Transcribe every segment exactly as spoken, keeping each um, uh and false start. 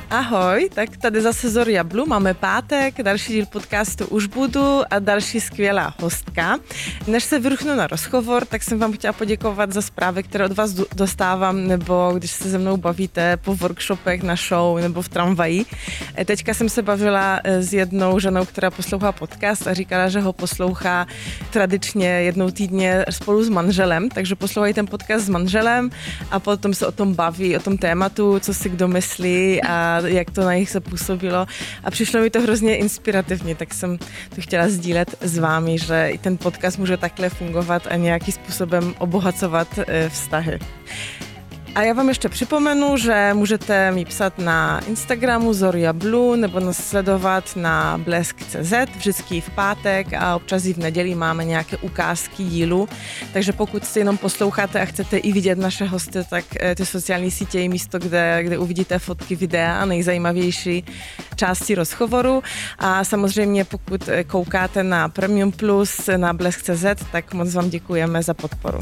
Ahoj, tak tady zase Zoria Blue, máme pátek, další díl podcastu Už budu a další skvělá hostka. Než se vrchnu na rozhovor, tak jsem vám chtěla poděkovat za zprávy, které od vás dostávám, nebo když se se mnou bavíte po workshopech na show nebo v tramvaji. Teďka jsem se bavila s jednou ženou, která poslouchá podcast a říkala, že ho poslouchá tradičně jednou týdně spolu s manželem, takže poslouchají ten podcast s manželem a potom se o tom baví, o tom tématu, co si kdo myslí a jak to na nich se působilo. A přišlo mi to hrozně inspirativně, tak jsem to chtěla sdílet s vámi, že i ten podcast může takhle fungovat a nějakým způsobem obohacovat vztahy. A já vám ještě připomenu, že můžete mi psat na Instagramu Zoria Blue nebo nás sledovat na blesk tečka cé zet vždycky v pátek a občas i v neděli máme nějaké ukázky dílu. Takže pokud si jenom posloucháte a chcete i vidět naše hosty, tak ty sociální sítě je místo, kde, kde uvidíte fotky, videa a nejzajímavější části rozhovoru. A samozřejmě pokud koukáte na Premium Plus na blesk tečka cé zet, tak moc vám děkujeme za podporu.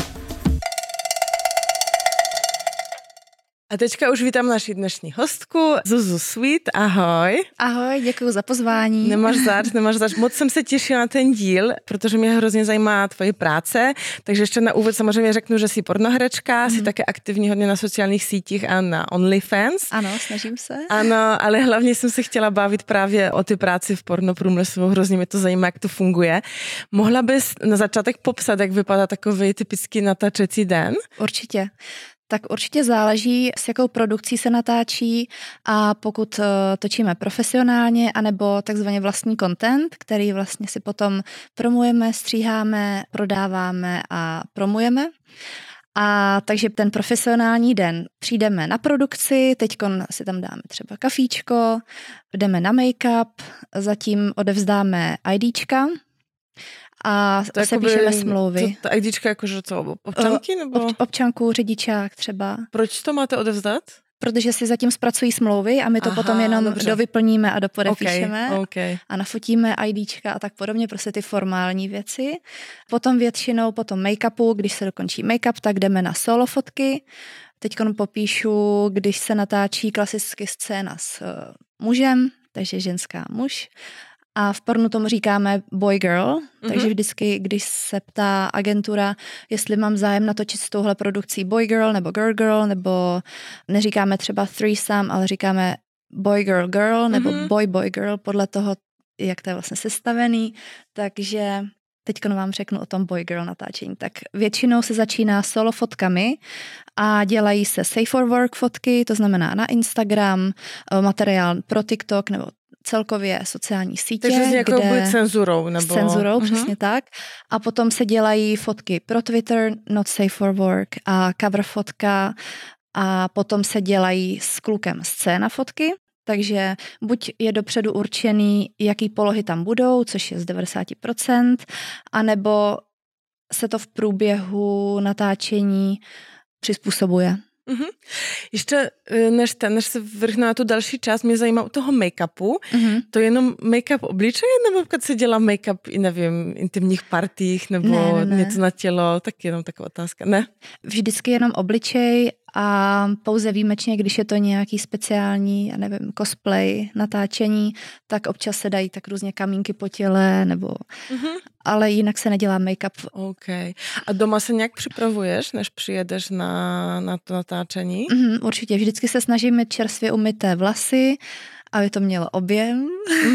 A teďka už vítám naši dnešní hostku, Zuzu Sweet, ahoj. Ahoj, děkuji za pozvání. Nemáš zač, nemáš zač. Moc jsem se těšila na ten díl, protože mě hrozně zajímá tvoje práce, takže ještě na úvod samozřejmě řeknu, že jsi pornoherečka, mm. jsi také aktivní hodně na sociálních sítích a na OnlyFans. Ano, snažím se. Ano, ale hlavně jsem se chtěla bavit právě o ty práci v pornoprůmyslu, hrozně mě to zajímá, jak to funguje. Mohla bys na začátek popsat, jak vypadá takový typický natáčecí den? Určitě. Tak určitě záleží, s jakou produkcí se natáčí a pokud uh, točíme profesionálně anebo takzvaně vlastní content, který vlastně si potom promujeme, stříháme, prodáváme a promujeme. A takže ten profesionální den přijdeme na produkci, teďkon si tam dáme třeba kafíčko, jdeme na make-up, zatím odevzdáme IDčka, a to se jakoby, píšeme smlouvy. To, to IDčka jakože co, občanky? Nebo? Ob, občanku, řidičák třeba. Proč to máte odevzdat? Protože si zatím zpracují smlouvy a my to Aha, potom jenom dobře. dovyplníme a dopodepíšeme okay, okay. a nafotíme IDčka a tak podobně, prostě ty formální věci. Potom většinou, potom make-upu, když se dokončí make-up, tak jdeme na solo fotky. Teďkon popíšu, když se natáčí klasicky scéna s uh, mužem, takže ženská muž. A v pornu tomu říkáme boy-girl, mm-hmm. takže vždycky, když se ptá agentura, jestli mám zájem natočit s touhle produkcí boy-girl nebo girl-girl, nebo neříkáme třeba threesome, ale říkáme boy-girl-girl nebo mm-hmm. boy-boy-girl, podle toho, jak to je vlastně sestavený. Takže teďko vám řeknu o tom boy-girl natáčení. Tak většinou se začíná solo fotkami a dělají se safe for work fotky, to znamená na Instagram, materiál pro TikTok nebo celkově sociální sítě. Takže s nějakou kde... cenzurou. Nebo... S cenzurou, uh-huh. přesně tak. A potom se dělají fotky pro Twitter, not safe for work a cover fotka a potom se dělají s klukem scéna fotky. Takže buď je dopředu určený, jaký polohy tam budou, což je z devadesát procent, anebo se to v průběhu natáčení přizpůsobuje. Uh-huh. Ještě než, ten, než se vrchnu na tu další část, mě zajímá u toho make-upu. Uh-huh. To je jenom make-up obličeje, nebo pokud se dělá make-up i nevím, intimních partích, nebo ne, ne, ne. něco na tělo, tak jenom taková otázka. Ne? Vždycky jenom obličej a pouze výjimečně, když je to nějaký speciální, já nevím, cosplay, natáčení, tak občas se dají tak různě kamínky po těle, nebo... Uh-huh. Ale jinak se nedělá make-up. OK. A doma se nějak připravuješ, než přijedeš na, na to natáčení? Mm, určitě. Vždycky se snažím mít čerstvě umyté vlasy, aby to mělo objem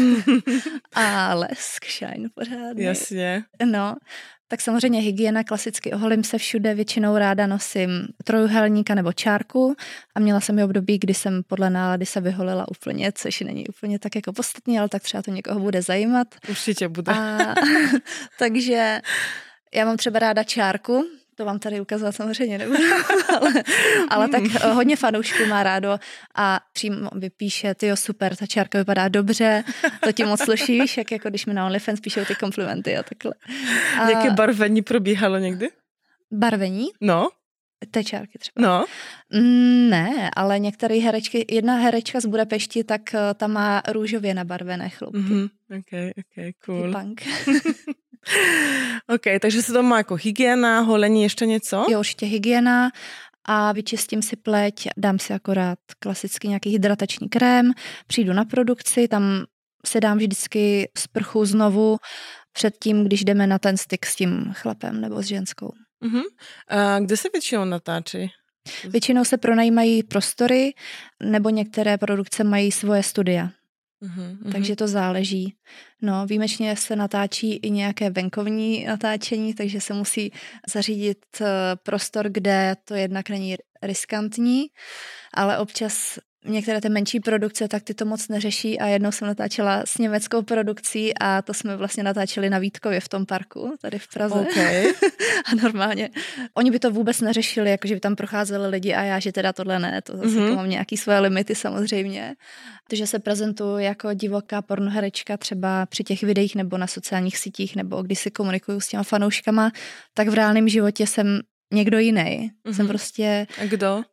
a lesk, shine pořádně. Jasně. No, tak samozřejmě hygiena, klasicky oholím se všude, většinou ráda nosím trojuhelníka nebo čárku a měla jsem i období, kdy jsem podle nálady se vyholila úplně, což není úplně tak jako podstatný, ale tak třeba to někoho bude zajímat. Určitě bude. A, takže já mám třeba ráda čárku, to vám tady ukazovat samozřejmě nebudu, ale, ale tak hodně fanoušků má rádo a přímo vypíše, tyjo super, ta čárka vypadá dobře, to ti moc sluší, víš, jak jako když mi na OnlyFans píšou ty komplimenty a takhle. A jaké barvení probíhalo někdy? Barvení? No. Té čárky třeba. No. Mm, ne, ale některé herečky, jedna herečka z Budapešti, tak ta má růžově nabarvené chloupky. Mm-hmm. Ok, ok, cool. Punk. OK, takže se to má jako hygiena, holení, ještě něco? Jo, určitě hygiena a vyčistím si pleť, dám si akorát klasicky nějaký hydratační krém, přijdu na produkci, tam si dám vždycky sprchu znovu před tím, když jdeme na ten styk s tím chlapem nebo s ženskou. Uh-huh. A kde se většinou natáčí? Většinou se pronajímají prostory, nebo některé produkce mají svoje studia. Uh-huh. Takže to záleží. No, výjimečně se natáčí i nějaké venkovní natáčení, takže se musí zařídit prostor, kde to jednak není riskantní, ale občas některé ty menší produkce, tak ty to moc neřeší a jednou jsem natáčela s německou produkcí a to jsme vlastně natáčeli na Vítkově v tom parku, tady v Praze. Okay. A normálně, oni by to vůbec neřešili, jakože by tam procházeli lidi a já, že teda tohle ne, to zase mm-hmm. mám nějaký své limity samozřejmě. Takže se prezentuju jako divoká pornoherečka třeba při těch videích nebo na sociálních sítích nebo když si komunikuju s těma fanouškama, tak v reálném životě jsem někdo jiný. Mm-hmm. Jsem prostě... A kdo?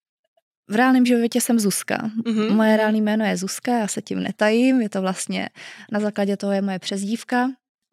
V reálném životě jsem Zuzka. Mm-hmm. Moje reálné jméno je Zuzka, já se tím netajím, je to vlastně na základě toho je moje přezdívka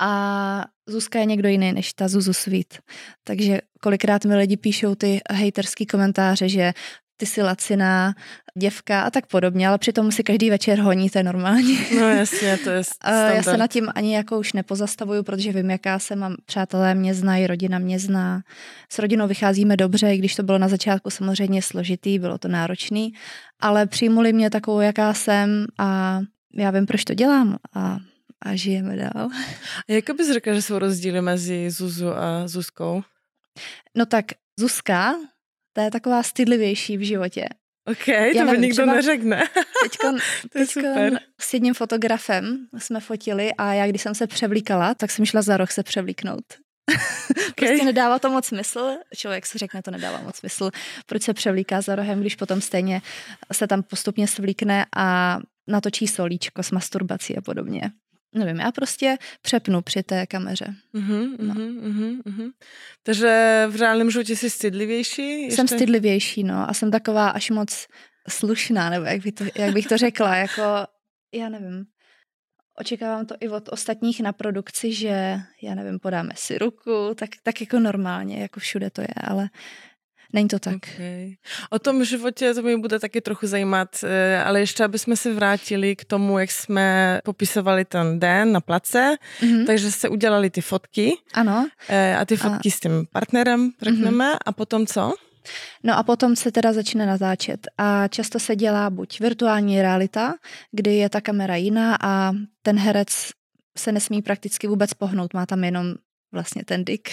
a Zuzka je někdo jiný než ta Zuzu Sweet. Takže kolikrát mi lidi píšou ty hejterský komentáře, že ty jsi laciná děvka a tak podobně, ale přitom si každý večer honí, to je normální. No jasně, to je standard. Já se nad tím ani jako už nepozastavuju, protože vím, jaká jsem, mám přátelé mě znají, rodina mě zná. S rodinou vycházíme dobře, i když to bylo na začátku samozřejmě složitý, bylo to náročný, ale přijmuli mě takovou, jaká jsem a já vím, proč to dělám a, a žijeme dál. A jak bys řekla, že jsou rozdíly mezi Zuzu a Zuzkou? No tak Zuzka, ta je taková stydlivější v životě. OK, já to by nikdo neřekne. Teďkon, to je teďkon super. S jedním fotografem jsme fotili a já, když jsem se převlíkala, tak jsem šla za roh se převlíknout. Okay. Prostě nedává to moc smysl. Člověk si řekne, to nedává moc smysl. Proč se převlíká za rohem, když potom stejně se tam postupně svlíkne a natočí solíčko s masturbací a podobně. Nevím, já prostě přepnu při té kameře. Uh-huh, no. uh-huh, uh-huh. Takže v reálném životě jsi stydlivější? Ještě? Jsem stydlivější, no. A jsem taková až moc slušná, nebo jak bych to, jak bych to řekla. Jako, já nevím. Očekávám to i od ostatních na produkci, že, já nevím, podáme si ruku, tak, tak jako normálně, jako všude to je, ale není to tak. Okay. O tom životě to mi bude taky trochu zajímat, ale ještě, aby jsme se vrátili k tomu, jak jsme popisovali ten den na place, mm-hmm. takže se udělali ty fotky. Ano. A ty fotky a... s tím partnerem, řekneme, mm-hmm. a potom co? No a potom se teda začne natáčet a často se dělá buď virtuální realita, kdy je ta kamera jiná a ten herec se nesmí prakticky vůbec pohnout, má tam jenom vlastně ten dick.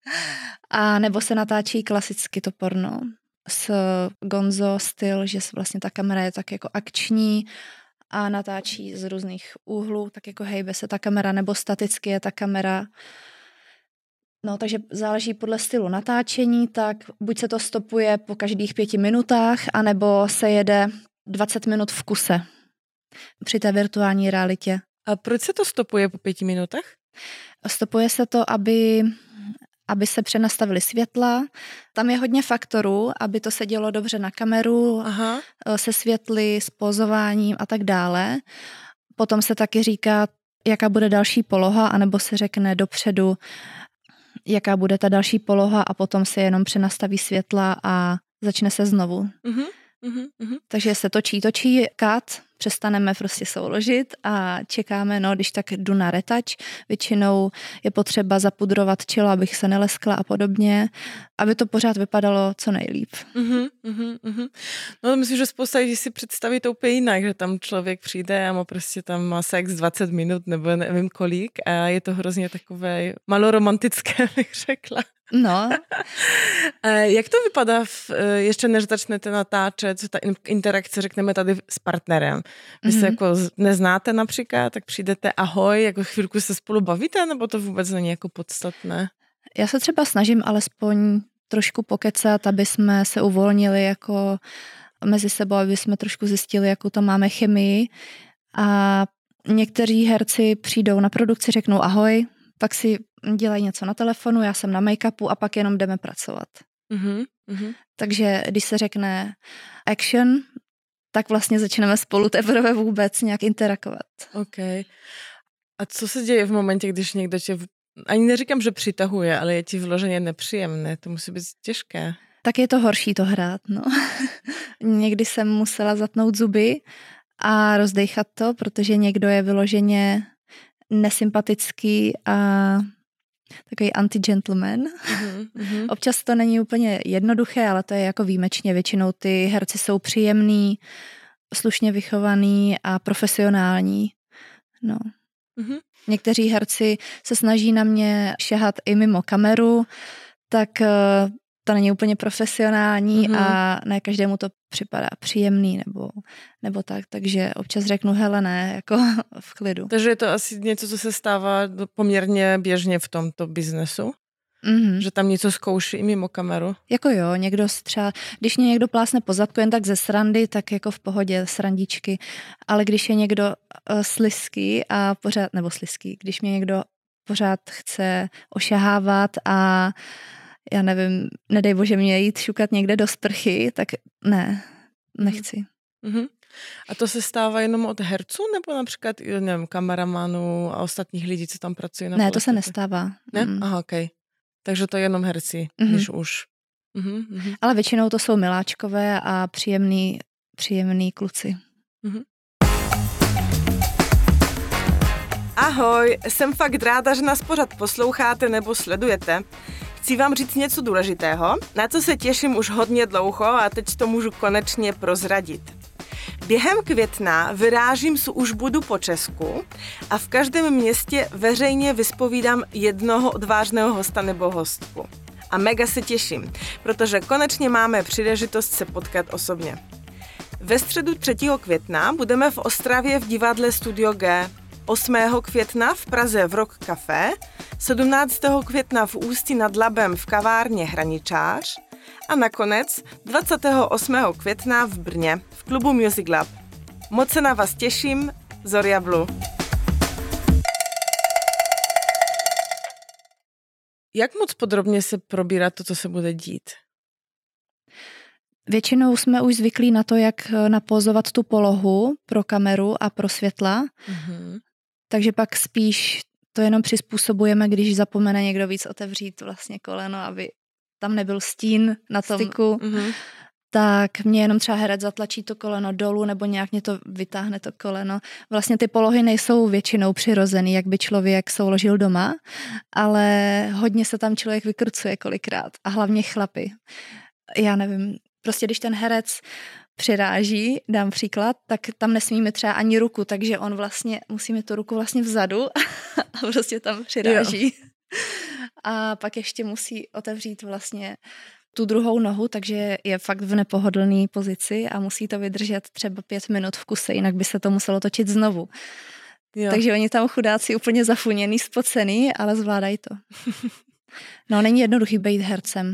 A nebo se natáčí klasicky to porno s gonzo styl, že vlastně ta kamera je tak jako akční a natáčí z různých úhlů, tak jako hejbe se ta kamera, nebo staticky je ta kamera. No, takže záleží podle stylu natáčení, tak buď se to stopuje po každých pěti minutách, anebo se jede dvacet minut v kuse při té virtuální realitě. A proč se to stopuje po pěti minutách? Stopuje se to, aby... aby se přenastavily světla. Tam je hodně faktorů, aby to se dělo dobře na kameru, aha. se světly, s pozováním a tak dále. Potom se taky říká, jaká bude další poloha, anebo se řekne dopředu, jaká bude ta další poloha a potom se jenom přenastaví světla a začne se znovu. Uh-huh, uh-huh, uh-huh. Takže se točí, točí cut, přestaneme prostě souložit a čekáme, no, když tak jdu na retač, většinou je potřeba zapudrovat čelo, abych se neleskla a podobně, aby to pořád vypadalo co nejlíp. Uh-huh, uh-huh, uh-huh. No myslím, že spousta lidí si představí to úplně jinak, že tam člověk přijde a má prostě tam má sex dvacet minut nebo nevím kolik a je to hrozně takové maloromantické, bych řekla. No. Jak to vypadá, v, ještě než začnete natáčet, co ta interakce, řekneme tady s partnerem? Vy mm-hmm. se jako neznáte například, tak přijdete ahoj, jako chvilku se spolu bavíte, nebo to vůbec není jako podstatné? Já se třeba snažím alespoň trošku pokecat, aby jsme se uvolnili jako mezi sebou, aby jsme trošku zjistili, jakou tam máme chemii. A někteří herci přijdou na produkci, řeknou ahoj, pak si dělají něco na telefonu, já jsem na make-upu a pak jenom jdeme pracovat. Uh-huh, uh-huh. Takže když se řekne action, tak vlastně začneme spolu teprve vůbec nějak interagovat. OK. A co se děje v momentě, když někdo tě, ani neříkám, že přitahuje, ale je ti vloženě nepříjemné, to musí být těžké. Tak je to horší to hrát, no. Někdy jsem musela zatnout zuby a rozdejchat to, protože někdo je vyloženě nesympatický a takový anti-gentleman. Mm-hmm. Občas to není úplně jednoduché, ale to je jako výjimečně. Většinou ty herci jsou příjemný, slušně vychovaný a profesionální. No. Mm-hmm. Někteří herci se snaží na mě šahat i mimo kameru, tak to není úplně profesionální mm-hmm. a ne každému to připadá příjemný nebo, nebo tak, takže občas řeknu hele ne, jako v klidu. Takže je to asi něco, co se stává poměrně běžně v tomto biznesu? Mm-hmm. Že tam něco zkouší i mimo kameru? Jako jo, někdo třeba, když mě někdo plásne po zadku jen tak ze srandy, tak jako v pohodě, srandičky, ale když je někdo uh, slizký a pořád, nebo slizký, když mě někdo pořád chce ošahávat a já nevím, nedej bože mě jít šukat někde do sprchy, tak ne, nechci. Mm-hmm. A to se stává jenom od herců, nebo například, nevím, kameramanů a ostatních lidí, co tam pracují na Ne, to se nestává. Ne? Mm. Aha, okej. Okay. Takže to je jenom herci, mm-hmm. když už. Mm-hmm. Ale většinou to jsou miláčkové a příjemný, příjemný kluci. Mm-hmm. Ahoj, jsem fakt ráda, že nás pořád posloucháte nebo sledujete. Chci vám říct něco důležitého, na co se těším už hodně dlouho a teď to můžu konečně prozradit. Během května vyrážím z Užbudu po Česku a v každém městě veřejně vyspovídám jednoho odvážného hosta nebo hostku. A mega se těším, protože konečně máme příležitost se potkat osobně. Ve středu třetího května budeme v Ostravě v divadle Studio G, osmého května v Praze v Rock Café, sedmnáctého května v Ústí nad Labem v kavárně Hraničář a nakonec dvacátého osmého května v Brně v klubu Music Lab. Moc se na vás těším, Zoria Blue. Jak moc podrobně se probírá to, co se bude dít? Většinou jsme už zvyklí na to, jak napózovat tu polohu pro kameru a pro světla. Mm-hmm. Takže pak spíš to jenom přizpůsobujeme, když zapomene někdo víc otevřít vlastně koleno, aby tam nebyl stín na tom styku. Mm-hmm. Tak mě jenom třeba herec zatlačí to koleno dolů nebo nějak mě to vytáhne to koleno. Vlastně ty polohy nejsou většinou přirozený, jak by člověk souložil doma, ale hodně se tam člověk vykrucuje kolikrát a hlavně chlapi. Já nevím, prostě když ten herec přiráží, dám příklad, tak tam nesmíme třeba ani ruku, takže on vlastně, musí mít tu ruku vlastně vzadu a prostě tam přiráží. Jo. A pak ještě musí otevřít vlastně tu druhou nohu, takže je fakt v nepohodlné pozici a musí to vydržet třeba pět minut v kuse, jinak by se to muselo točit znovu. Jo. Takže oni tam chudáci úplně zafuněný, spocený, ale zvládají to. No, není jednoduchý být hercem.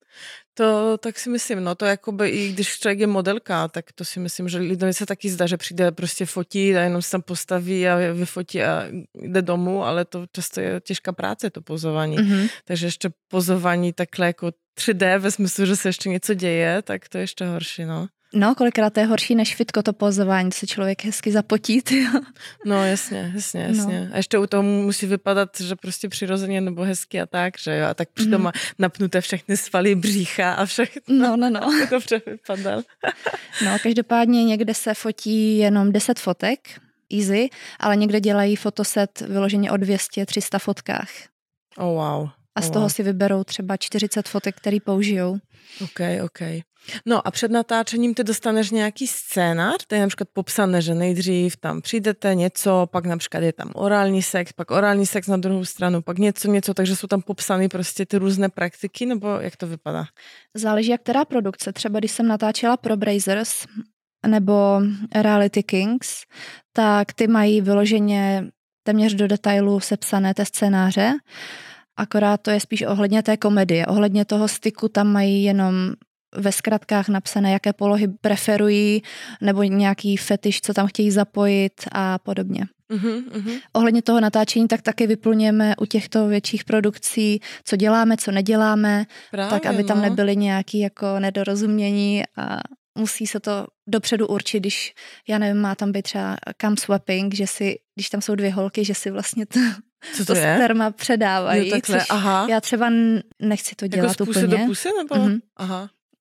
To tak si myslím, no to jakoby i když člověk je modelka, tak to si myslím, že lidem se taky zdá, že přijde prostě fotit a jenom se tam postaví a vyfotí a jde domů, ale to často je těžká práce, to pozování. Mm-hmm. Takže ještě pozování takhle jako tři dé ve smyslu, že se ještě něco děje, tak to je ještě horší, no. No, kolikrát to je horší než fitko to pozování, to se člověk hezky zapotí. No, jasně, jasně, jasně. No. A ještě u toho musí vypadat, že prostě přirozeně nebo hezky a tak, že jo. A tak přitom mm. má napnuté všechny svaly břícha a všechno. No, no, no. Jako vypadal. No, každopádně někde se fotí jenom deset fotek, easy, ale někde dělají fotoset vyloženě o dvě stě tři sta fotkách. Oh, wow. A z toho si vyberou třeba čtyřicet fotek, který použijou. OK, OK. No a před natáčením ty dostaneš nějaký scénář, to je například popsané, že nejdřív tam přijdete něco, pak například je tam orální sex, pak orální sex na druhou stranu, pak něco, něco, takže jsou tam popsané prostě ty různé praktiky, nebo jak to vypadá? Záleží, jak která produkce. Třeba když jsem natáčela pro Brazers nebo Reality Kings, tak ty mají vyloženě téměř do detailu sepsané té scénáře, akorát to je spíš ohledně té komedie. Ohledně toho styku tam mají jenom ve zkratkách napsané, jaké polohy preferují, nebo nějaký fetiš, co tam chtějí zapojit a podobně. Uh-huh, uh-huh. Ohledně toho natáčení tak taky vyplňujeme u těchto větších produkcí, co děláme, co neděláme, Právě, tak aby tam no. nebyly nějaké jako nedorozumění a musí se to dopředu určit, když, já nevím, má tam být třeba cam swapping, že si, když tam jsou dvě holky, že si vlastně to, Co to, to sperma předávají. Jo, takhle, aha. Já třeba nechci to dělat jako z pusy úplně. do pusy, nebo? Mm-hmm. Aha.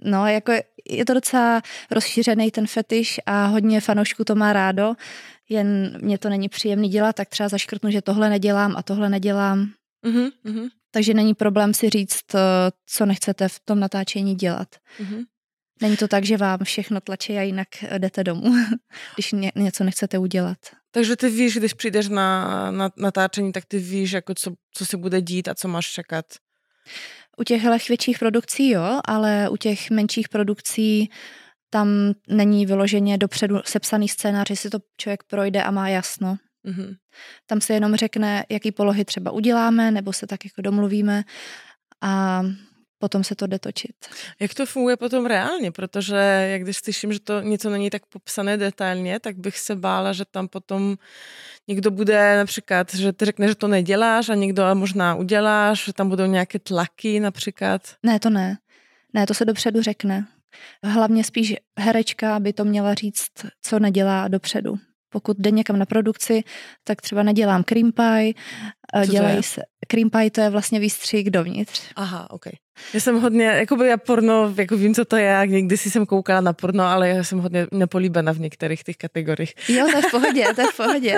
No, jako je, je to docela rozšířený ten fetiš a hodně fanoušků to má rádo, jen mě to není příjemný dělat, tak třeba zaškrtnu, že tohle nedělám a tohle nedělám. Mm-hmm, mm-hmm. Takže není problém si říct, co nechcete v tom natáčení dělat. Mm-hmm. Není to tak, že vám všechno tlačí a jinak jdete domů, když ně, něco nechcete udělat. Takže ty víš, když přijdeš na, na natáčení, tak ty víš, jako co, co se bude dít a co máš čekat. U těch větších produkcí jo, ale u těch menších produkcí tam není vyloženě dopředu sepsaný scénář, že si to člověk projde a má jasno. Mm-hmm. Tam se jenom řekne, jaký polohy třeba uděláme, nebo se tak jako domluvíme a potom se to jde točit. Jak to funguje potom reálně? Protože jak když slyším, že to něco není tak popsané detailně, tak bych se bála, že tam potom někdo bude například, že ty řekne, že to neděláš a někdo možná uděláš, že tam budou nějaké tlaky například. Ne, to ne. Ne, to se dopředu řekne. Hlavně spíš herečka by to měla říct, co nedělá dopředu. Pokud jde někam na produkci, tak třeba nedělám cream pie, dělají se... Cream pie to je vlastně výstřih dovnitř. Aha, ok. Já jsem hodně, jakoby já porno, jako vím, co to je, jak někdy si jsem koukala na porno, ale já jsem hodně nepolíbená v některých těch kategoriích. Jo, to je v pohodě, to je v pohodě.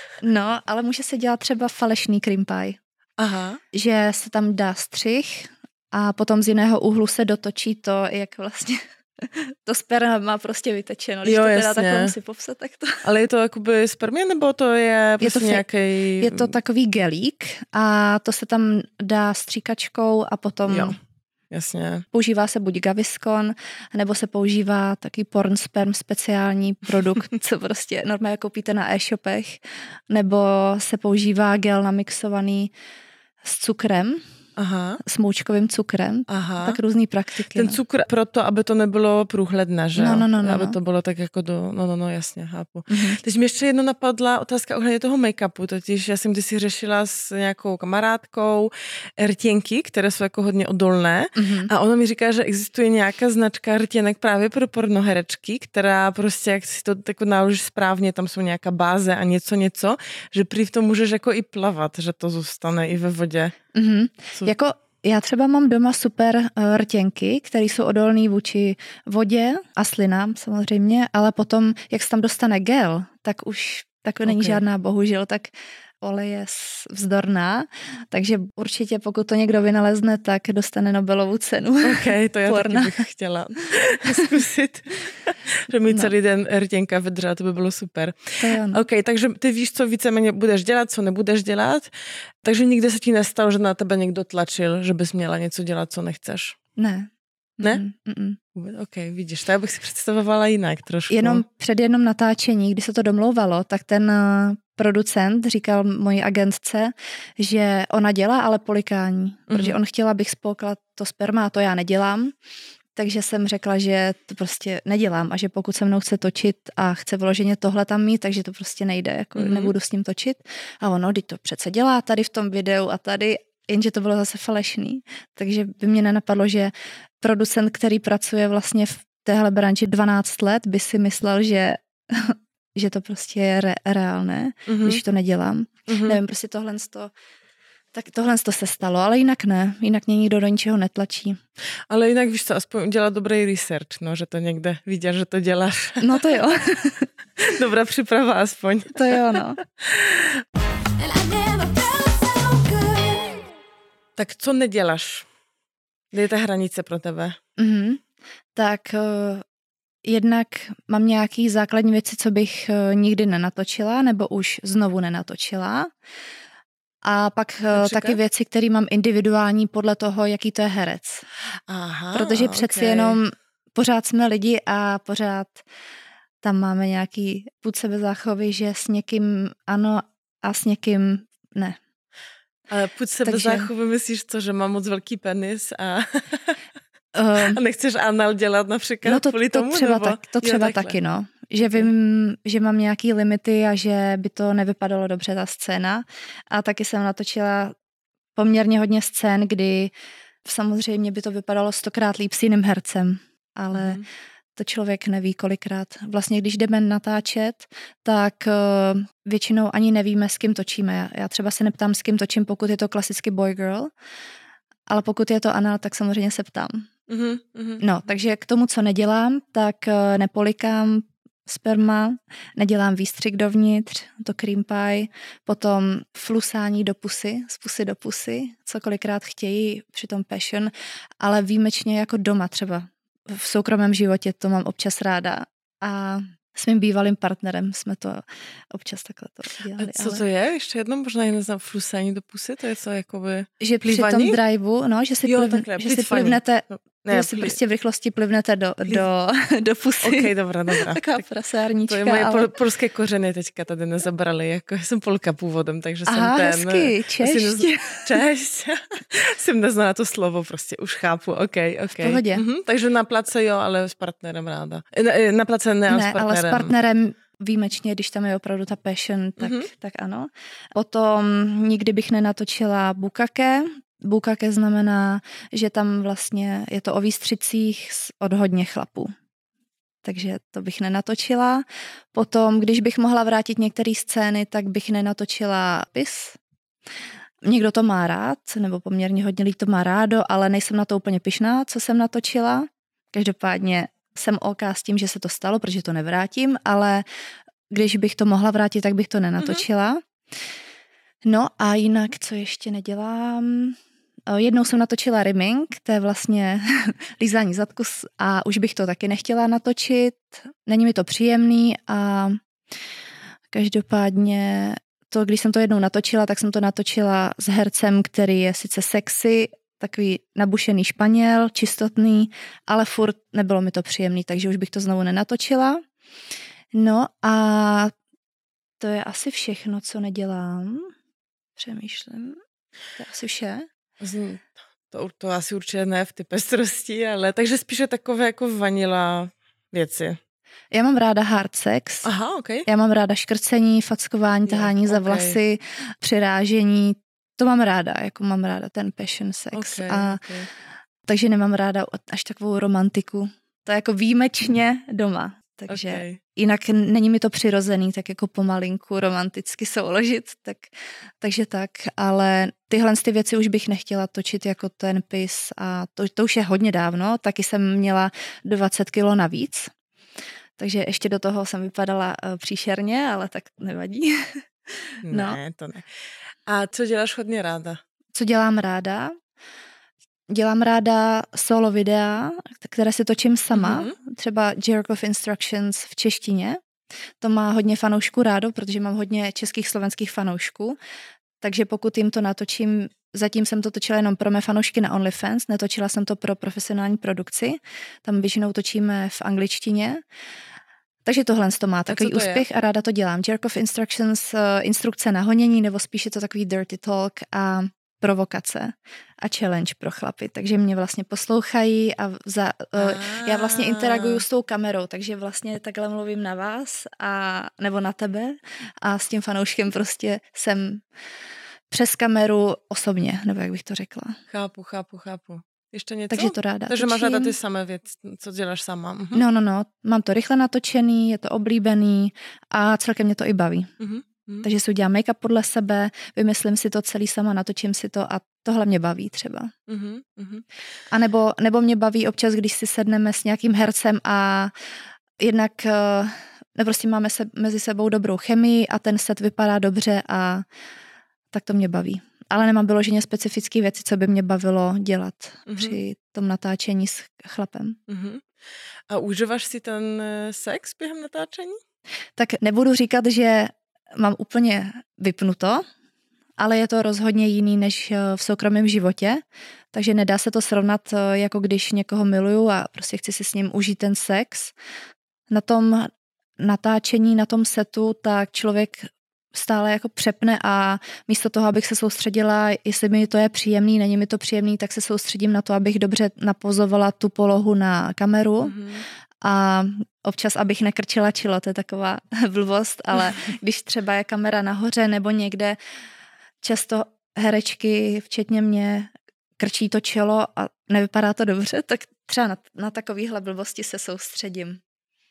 No, ale může se dělat třeba falešný cream pie. Aha. Že se tam dá střih a potom z jiného úhlu se dotočí to, jak vlastně... To sperma má prostě vytečeno, když jo, to teda jasně. takhle musí popsat, tak to... Ale je to jakoby spermie, nebo to je prostě je to nějaký... Je to takový gelík a to se tam dá stříkačkou a potom... Jo, jasně. Používá se buď Gaviscon, nebo se používá taky porn sperm speciální produkt, co prostě normálně koupíte na e-shopech, nebo se používá gel namixovaný s cukrem, aha. s moučkovým cukrem, aha. tak různý praktiky. Ten no. cukr proto, aby to nebylo průhledné, že? No, no, no, no. Aby to bylo tak jako do, no, no, no, jasně, chápu. Mm-hmm. Teď mi ještě jedno napadla otázka ohledně toho make-upu, totiž já jsem kdysi řešila s nějakou kamarádkou rtěnky, které jsou jako hodně odolné mm-hmm. a ona mi říká, že existuje nějaká značka rtěnek právě pro pornoherečky, která prostě, jak si to tak naložíš správně, tam jsou nějaká báze a něco, něco, že prý v tom můžeš jako i plavat, že to zůstane i ve vodě. Mm-hmm. Jako já třeba mám doma super uh, rtěnky, které jsou odolné vůči vodě a slinám samozřejmě, ale potom, jak se tam dostane gel, tak už tak není okay. žádná, bohužel, tak olej je vzdorná, takže určitě pokud to někdo vynalezne, tak dostane Nobelovu cenu. Ok, to já Porna. Taky bych chtěla zkusit, že mi no. celý den rtěnka vydržela, to by bylo super. To je ono. Ok, takže ty víš, co víceméně budeš dělat, co nebudeš dělat, takže nikdy se ti nestalo, že na tebe někdo tlačil, že bys měla něco dělat, co nechceš? Ne. Ne? Mm-mm. Ok, vidíš, to já bych si představovala jinak trošku. Jenom před jednom natáčení, kdy se to domlouvalo, tak ten producent říkal mojí agentce, že ona dělá ale polikání, mm-hmm. protože on chtěl, abych spolkla to sperma a to já nedělám, takže jsem řekla, že to prostě nedělám a že pokud se mnou chce točit a chce vyloženě tohle tam mít, takže to prostě nejde, jako mm-hmm. nebudu s ním točit. A ono, teď to přece dělá tady v tom videu a tady, jenže to bylo zase falešný, takže by mě nenapadlo, že producent, který pracuje vlastně v téhle branži dvanáct let, by si myslel, že, že to prostě je re, reálné, mm-hmm. když to nedělám. Mm-hmm. Nevím, prostě tohle to, tak tohle to se stalo, ale jinak ne. Jinak mě nikdo do ničeho netlačí. Ale jinak víš co, aspoň udělat dobrý research, no, že to někde viděl, že to děláš. No to jo. Dobrá příprava aspoň. To jo, no. Tak co neděláš? Kde je ta hranice pro tebe? Mm-hmm. Tak uh, jednak mám nějaký základní věci, co bych uh, nikdy nenatočila, nebo už znovu nenatočila. A pak uh, taky věci, které mám individuální podle toho, jaký to je herec. Aha, protože přeci okay. jenom pořád jsme lidi a pořád tam máme nějaký půd sebezáchovy, že s někým ano a s někým ne. Ale půd sebezáchovy takže... myslíš to, že mám moc velký penis a, um, a nechceš anal dělat například no to, kvůli to tomu? Třeba nebo? tak, to třeba jo, taky, no. Že vím, že mám nějaký limity a že by to nevypadalo dobře ta scéna. A taky jsem natočila poměrně hodně scén, kdy samozřejmě by to vypadalo stokrát líp s jiným hercem, ale mm. to člověk neví kolikrát. Vlastně když jdeme natáčet, tak uh, většinou ani nevíme, s kým točíme. Já třeba se neptám, s kým točím, pokud je to klasicky boy girl, ale pokud je to anal, tak samozřejmě se ptám. Mm-hmm. No, takže k tomu, co nedělám, tak nepolikám sperma, nedělám výstřik dovnitř, to cream pie, potom flusání do pusy, z pusy do pusy, co kolikrát chtějí při tom passion, ale výjimečně jako doma třeba. V soukromém životě to mám občas ráda a s mým bývalým partnerem jsme to občas takhle to dělali. A co ale... to je? Ještě jednou, možná jen neznám, flusání do pusy, to je co, jakoby Že plývaní? při tom driveu, no, že si, jo, pliv, takhle, že si plivnete, no, ne, že si pli... prostě v rychlosti plivnete do, do, do pusy. Ok, dobrá, dobrá. Taková tak prasárnička. to je moje ale... polské kořeny teďka tady nezabrali, jako jsem Polka původem, takže Aha, jsem ten... hezky, češť. Nez... Češť. Jsem neznala to slovo, prostě už chápu, ok, ok. V pohodě. Mhm, takže na place jo, ale s partnerem ráda. Na, na place ne, ale ne, s partnerem. ale s partnerem výjimečně, když tam je opravdu ta passion, tak, mm-hmm. tak ano. Potom nikdy bych nenatočila bukake. Bukake znamená, že tam vlastně je to o výstřicích od hodně chlapů. Takže to bych nenatočila. Potom, když bych mohla vrátit některé scény, tak bych nenatočila pis. Někdo to má rád, nebo poměrně hodně lidí to má rádo, ale nejsem na to úplně pyšná, co jsem natočila. Každopádně jsem OK s tím, že se to stalo, protože to nevrátím, ale když bych to mohla vrátit, tak bych to nenatočila. Mm-hmm. No a jinak, co ještě nedělám? Jednou jsem natočila rimming, to je vlastně lízání zadku a už bych to taky nechtěla natočit. Není mi to příjemný a každopádně to, když jsem to jednou natočila, tak jsem to natočila s hercem, který je sice sexy, takový nabušený Španěl, čistotný, ale furt nebylo mi to příjemný, takže už bych to znovu nenatočila. No a to je asi všechno, co nedělám. Přemýšlím. To je asi vše. To, to asi určitě ne v ty pestrosti, ale takže spíše takové jako vanila věci. Já mám ráda hard sex. Aha, okay. Já mám ráda škrcení, fackování, tahání jo, za vlasy, okay. Přirážení. To mám ráda, jako mám ráda ten passion sex. Okay, a okay. Takže nemám ráda až takovou romantiku. To je jako výjimečně doma. Takže okay. Jinak není mi to přirozený, tak jako pomalinku romanticky souložit, tak, takže tak, ale tyhle ty věci už bych nechtěla točit jako ten pis a to, to už je hodně dávno, taky jsem měla dvacet kilo navíc, takže ještě do toho jsem vypadala příšerně, ale tak nevadí. No. Ne, to ne. A co děláš hodně ráda? Co dělám ráda? Dělám ráda solo videa, které si točím sama, mm-hmm. třeba Jerk of Instructions v češtině. To má hodně fanoušků rádo, protože mám hodně českých, slovenských fanoušků. Takže pokud jim to natočím, zatím jsem to točila jenom pro mé fanoušky na OnlyFans, netočila jsem to pro profesionální produkci. Tam většinou točíme v angličtině. Takže tohle to má takový to úspěch je? A ráda to dělám. Jerk of Instructions, instrukce na honění, nebo spíš je to takový dirty talk a provokace a challenge pro chlapy, takže mě vlastně poslouchají a za, uh, já vlastně interaguju s tou kamerou, takže vlastně takhle mluvím na vás a nebo na tebe a s tím fanouškem prostě jsem přes kameru osobně, nebo jak bych to řekla. Chápu, chápu, chápu. Ještě něco? Takže to ráda Takže točím. máš ráda ty samé věci, co děláš sama. Mhm. No, no, no, mám to rychle natočený, je to oblíbený a celkem mě to i baví. Mhm. Hmm. Takže si udělám make-up podle sebe, vymyslím si to celý sama, natočím si to a tohle mě baví třeba. Mm-hmm. A nebo, nebo mě baví občas, když si sedneme s nějakým hercem a jednak ne, prostě máme se, mezi sebou dobrou chemii a ten set vypadá dobře a tak to mě baví. Ale nemám vyloženě specifické věci, co by mě bavilo dělat mm-hmm. při tom natáčení s chlapem. Mm-hmm. A užíváš si ten sex během natáčení? Tak nebudu říkat, že mám úplně vypnuto, ale je to rozhodně jiný než v soukromém životě, takže nedá se to srovnat, jako když někoho miluju a prostě chci si s ním užít ten sex. Na tom natáčení, na tom setu, tak člověk stále jako přepne a místo toho, abych se soustředila, jestli mi to je příjemný, není mi to příjemný, tak se soustředím na to, abych dobře napozovala tu polohu na kameru. Mm-hmm. A občas, abych nekrčila čilo, to je taková blbost, ale když třeba je kamera nahoře nebo někde, často herečky, včetně mě, krčí to čelo a nevypadá to dobře, tak třeba na, na takovýhle blbosti se soustředím.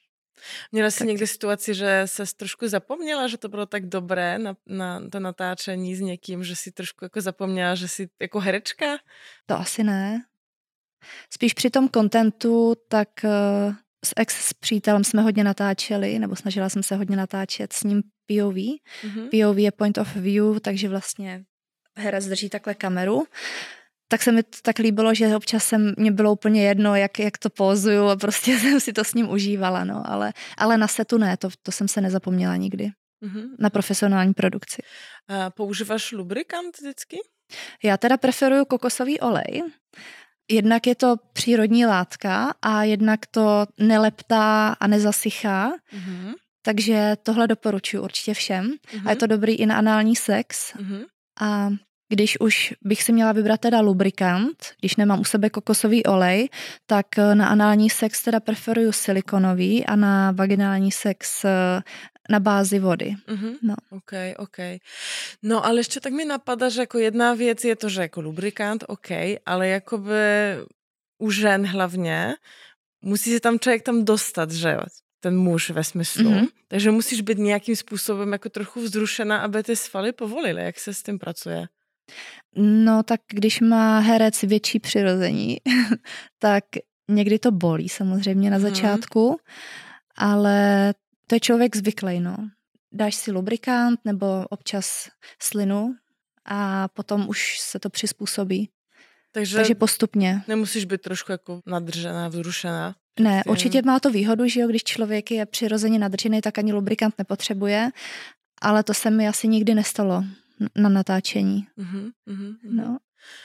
Měla jsi tak. někdy situaci, že ses trošku zapomněla, že to bylo tak dobré na, na to natáčení s někým, že si trošku jako zapomněla, že jsi jako herečka? To asi ne. Spíš při tom kontentu, tak uh, s ex s přítelem jsme hodně natáčeli, nebo snažila jsem se hodně natáčet s ním P O V. Mm-hmm. P O V je point of view, takže vlastně herec drží takhle kameru. Tak se mi to tak líbilo, že občas jsem, mě bylo úplně jedno, jak, jak to pózuju a prostě jsem si to s ním užívala, no, ale, ale na setu ne, to, to jsem se nezapomněla nikdy. Mm-hmm. Na profesionální produkci. A používáš lubrikant vždycky? Já teda preferuju kokosový olej. Jednak je to přírodní látka a jednak to neleptá a nezasychá. Mm-hmm. Takže tohle doporučuji určitě všem. Mm-hmm. A je to dobrý i na anální sex. Mm-hmm. A když už bych si měla vybrat teda lubrikant, když nemám u sebe kokosový olej, tak na anální sex teda preferuju silikonový a na vaginální sex na bázi vody. Mm-hmm. No. OK, OK. No ale ještě tak mi napadá, že jako jedna věc je to, že jako lubrikant, OK, ale jakoby u žen hlavně musí se tam člověk tam dostat, že jo? Ten muž ve smyslu. Mm-hmm. Takže musíš být nějakým způsobem jako trochu vzrušená, aby ty svaly povolily. Jak se s tím pracuje? No tak když má herec větší přirození, tak někdy to bolí samozřejmě na začátku, mm. ale to je člověk zvyklý, no. Dáš si lubrikant nebo občas slinu a potom už se to přizpůsobí. Takže, Takže postupně. Nemusíš být trošku jako nadržená, vzrušená? Ne, určitě má to výhodu, že jo, když člověk je přirozeně nadržený, tak ani lubrikant nepotřebuje, ale to se mi asi nikdy nestalo na natáčení. Uh-huh, uh-huh. No.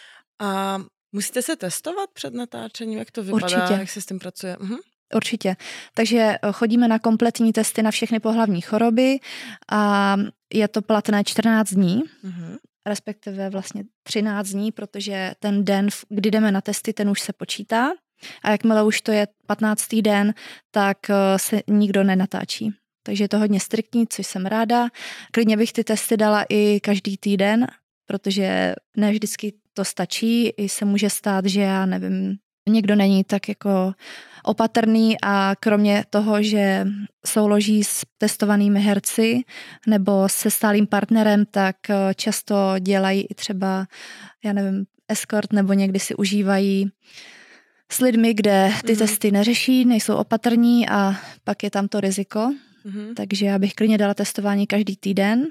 A musíte se testovat před natáčením? Jak to vypadá? Určitě. Jak se s tím pracuje? Uh-huh. Určitě. Takže chodíme na kompletní testy na všechny pohlavní choroby a je to platné čtrnáct dní, uh-huh. respektive vlastně třináct dní, protože ten den, kdy jdeme na testy, ten už se počítá a jakmile už to je patnáctý den, tak se nikdo nenatáčí. Takže je to hodně striktní, což jsem ráda. Klidně bych ty testy dala i každý týden, protože ne vždycky to stačí. I se může stát, že já nevím, někdo není tak jako opatrný a kromě toho, že souloží s testovanými herci nebo se stálým partnerem, tak často dělají i třeba, já nevím, escort nebo někdy si užívají s lidmi, kde ty mm-hmm. testy neřeší, nejsou opatrní a pak je tam to riziko. Mm-hmm. Takže já bych klidně dala testování každý týden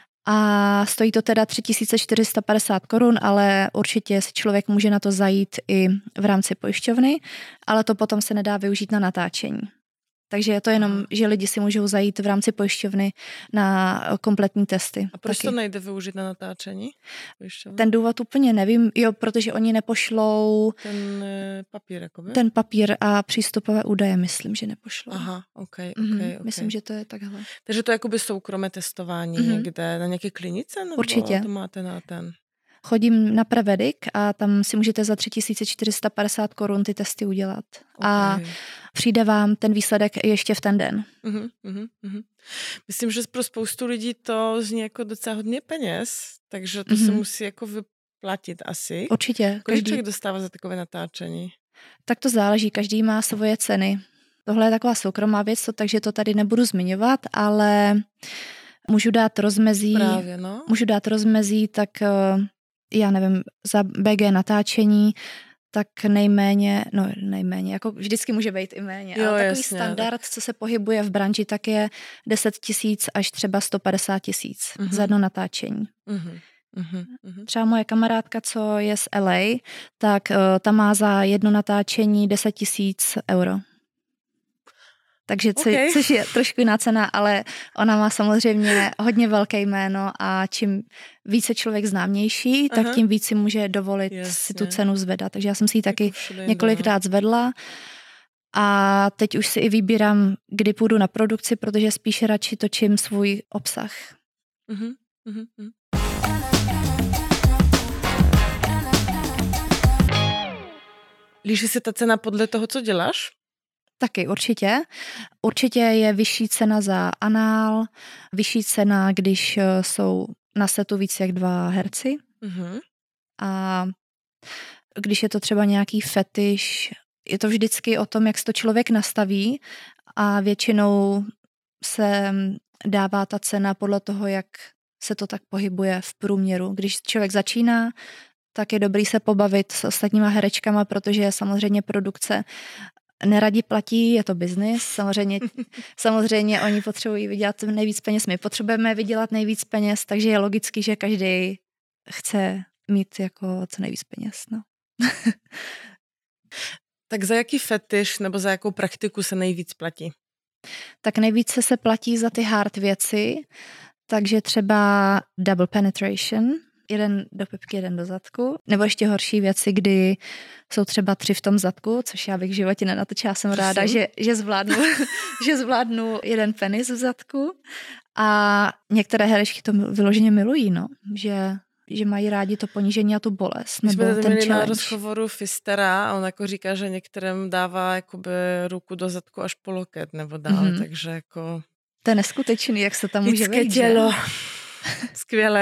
a stojí to teda tři tisíce čtyři sta padesát korun, ale určitě si člověk může na to zajít i v rámci pojišťovny, ale to potom se nedá využít na natáčení. Takže je to jenom, že lidi si můžou zajít v rámci pojišťovny na kompletní testy. A proč taky to nejde využít na natáčení? Pojišťovny? Ten důvod úplně nevím. Jo, protože oni nepošlou ten e, papír, jakoby? Ten papír a přístupové údaje, myslím, že nepošlou. Aha, ok, ok, mm-hmm, okay. Myslím, že to je takhle. Takže to je jakoby soukromé testování mm-hmm. někde, na nějaké klinice? Nebo určitě. To máte na ten... Chodím na Prevedic a tam si můžete za tři tisíce čtyři sta padesát korun ty testy udělat. Okay. A přijde vám ten výsledek ještě v ten den. Uh-huh, uh-huh. Myslím, že pro spoustu lidí to zní jako docela hodně peněz, takže to uh-huh. se musí jako vyplatit asi. Určitě. Kolik člověk dostává za takové natáčení? Tak to záleží, každý má svoje ceny. Tohle je taková soukromá věc, takže to tady nebudu zmiňovat, ale můžu dát rozmezí. Právě, no. Můžu dát rozmezí, tak já nevím, za B G natáčení, tak nejméně, no nejméně, jako vždycky může být i méně, jo, ale takový jasně, standard, tak... co se pohybuje v branži, tak je deset tisíc až třeba sto padesát tisíc uh-huh. za jedno natáčení. Uh-huh. Uh-huh. Třeba moje kamarádka, co je z L A, tak uh, ta má za jedno natáčení deset tisíc euro. Takže co, okay. což je trošku jiná cena, ale ona má samozřejmě hodně velké jméno a čím více člověk známější, tak Aha. tím víc si může dovolit Jasně. si tu cenu zvedat. Takže já jsem si ji taky několikrát zvedla a teď už si i vybírám, kdy půjdu na produkci, protože spíš radši točím svůj obsah. Uh-huh. Uh-huh. Líší se ta cena podle toho, co děláš? Taky, určitě. Určitě je vyšší cena za anál, vyšší cena, když jsou na setu víc jak dva herci. Mm-hmm. A když je to třeba nějaký fetiš, je to vždycky o tom, jak se to člověk nastaví a většinou se dává ta cena podle toho, jak se to tak pohybuje v průměru. Když člověk začíná, tak je dobrý se pobavit s ostatníma herečkama, protože samozřejmě produkce neradi platí, je to biznis, samozřejmě, samozřejmě oni potřebují vydělat nejvíc peněz, my potřebujeme vydělat nejvíc peněz, takže je logický, že každý chce mít jako co nejvíc peněz. No. Tak za jaký fetiš nebo za jakou praktiku se nejvíc platí? Tak nejvíce se platí za ty hard věci, takže třeba double penetration, jeden do pipky, jeden do zadku, nebo ještě horší věci, kdy jsou třeba tři v tom zadku, což já bych v životě nenatočila, jsem Prosím. ráda, že, že, zvládnu, že zvládnu jeden penis v zadku a některé herečky to vyloženě milují, no, že že mají rádi to ponížení a tu bolest. My nebo jsme tady ten měli challenge. na rozhovoru Fistera a on jako říká, že některým dává jakoby ruku do zadku až po loket nebo dál, mm-hmm. takže jako... To je neskutečný, jak se tam může lidské vejít. tělo. Skvěle.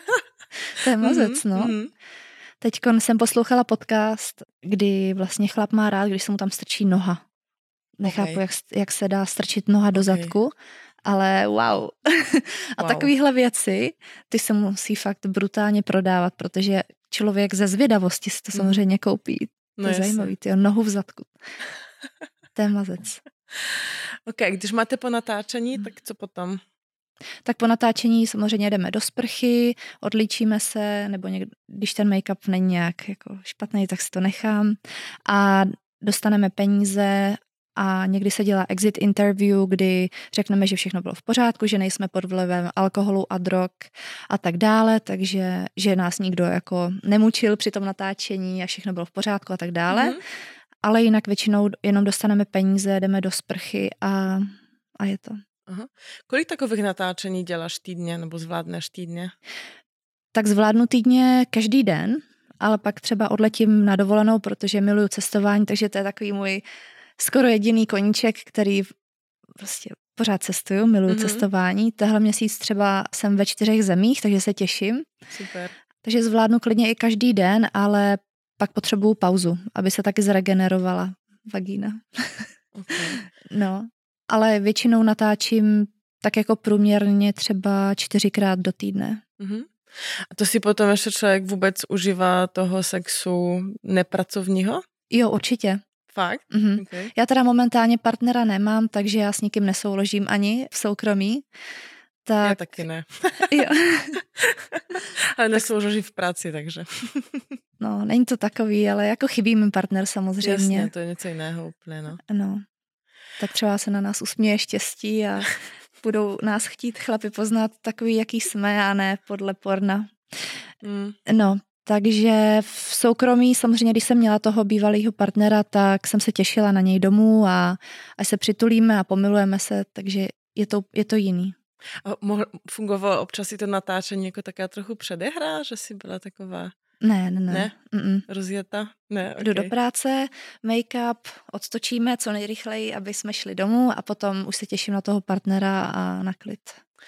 To je mazec, no. Mm-hmm. Teď jsem poslouchala podcast, kdy vlastně chlap má rád, když se mu tam strčí noha. Nechápu, okay. jak, jak se dá strčit noha do okay. zadku, ale wow. A wow. Takovýhle věci, ty se musí fakt brutálně prodávat, protože člověk ze zvědavosti si to samozřejmě koupí. To no je zajímavý, tyjo, nohu v zadku. To je mazec. Ok, když máte po natáčení, tak co potom? Tak po natáčení samozřejmě jdeme do sprchy, odlíčíme se, nebo někdy, když ten make-up není nějak jako špatný, tak si to nechám. A dostaneme peníze a někdy se dělá exit interview, kdy řekneme, že všechno bylo v pořádku, že nejsme pod vlivem alkoholu a drog a tak dále, takže že nás nikdo jako nemučil při tom natáčení a všechno bylo v pořádku a tak dále. Mm-hmm. Ale jinak většinou jenom dostaneme peníze, jdeme do sprchy a, a je to. Aha. Kolik takových natáčení děláš týdně nebo zvládneš týdně? Tak zvládnu týdně každý den, ale pak třeba odletím na dovolenou, protože miluju cestování, takže to je takový můj skoro jediný koníček, který prostě pořád cestuju, miluju mm-hmm. cestování. Tehle měsíc třeba jsem ve čtyřech zemích, takže se těším. Super. Takže zvládnu klidně i každý den, ale pak potřebuju pauzu, aby se taky zregenerovala vagína. Okay. No, ale většinou natáčím tak jako průměrně třeba čtyřikrát do týdne. Mm-hmm. A to si potom ještě člověk vůbec užívá toho sexu nepracovního? Jo, určitě. Fakt? Mm-hmm. Okay. Já teda momentálně partnera nemám, takže já s nikým nesouložím ani v soukromí. Tak... Já taky ne. Jo. Ale nesouložím v práci, takže. No, není to takový, ale jako chybí mi partner samozřejmě. Jasně, to je něco jiného úplně, no. No, tak třeba se na nás usměje štěstí a budou nás chtít chlapi poznat takový, jaký jsme a ne podle porna. Mm. No, takže v soukromí samozřejmě, když jsem měla toho bývalého partnera, tak jsem se těšila na něj domů a až se přitulíme a pomilujeme se, takže je to, je to jiný. A mohl, fungovalo občas i to natáčení jako taká trochu předehra, že jsi byla taková... Ne, ne, ne. ne? Rozjeta? Ne, okay. Jdu do práce, make-up, odtočíme co nejrychleji, aby jsme šli domů a potom už se těším na toho partnera a na klid.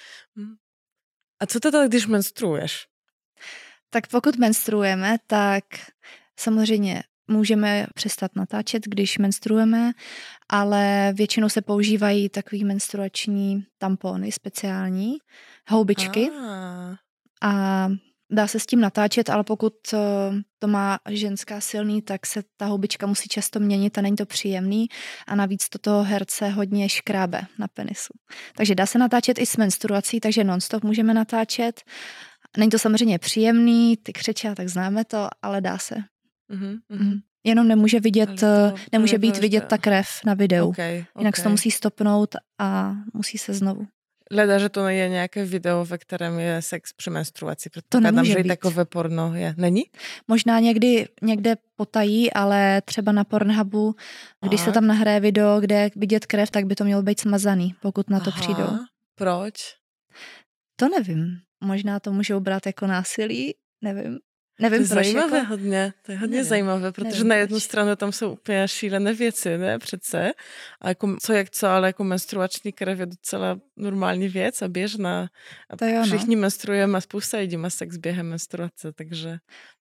A co teda, když menstruuješ? Tak pokud menstruujeme, tak samozřejmě můžeme přestat natáčet, když menstruujeme, ale většinou se používají takový menstruační tampony speciální, houbičky. Ah. A dá se s tím natáčet, ale pokud to má ženská silný, tak se ta houbička musí často měnit a není to příjemný a navíc to toho herce hodně škrábe na penisu. Takže dá se natáčet i s menstruací, takže non-stop můžeme natáčet. Není to samozřejmě příjemný, ty křeče, tak známe to, ale dá se. Mm-hmm, mm-hmm. Jenom nemůže vidět, to, nemůže to být vidět ta krev na videu. Okay, Jinak okay. se to musí stopnout a musí se znovu. Leda, že to je nějaké video, ve kterém je sex při menstruaci. To nemůže že být. Takové porno je. Není? Možná někdy někde potají, ale třeba na Pornhubu, když Aha. se tam nahraje video, kde je vidět krev, tak by to mělo být smazaný, pokud na to Aha. přijdou. Proč? To nevím. Možná to můžou brát jako násilí, nevím. Nevím, to je proč, zajímavé jako... hodně, to je hodně nevím, zajímavé, protože nevím, na jednu proč. stranu tam jsou úplně šílené věci, ne, přece. A jako, co jak co, ale jako menstruační krev je docela normální věc a běžná. A to jo, všichni no. menstruujeme a spousta lidí má sex během menstruace, takže...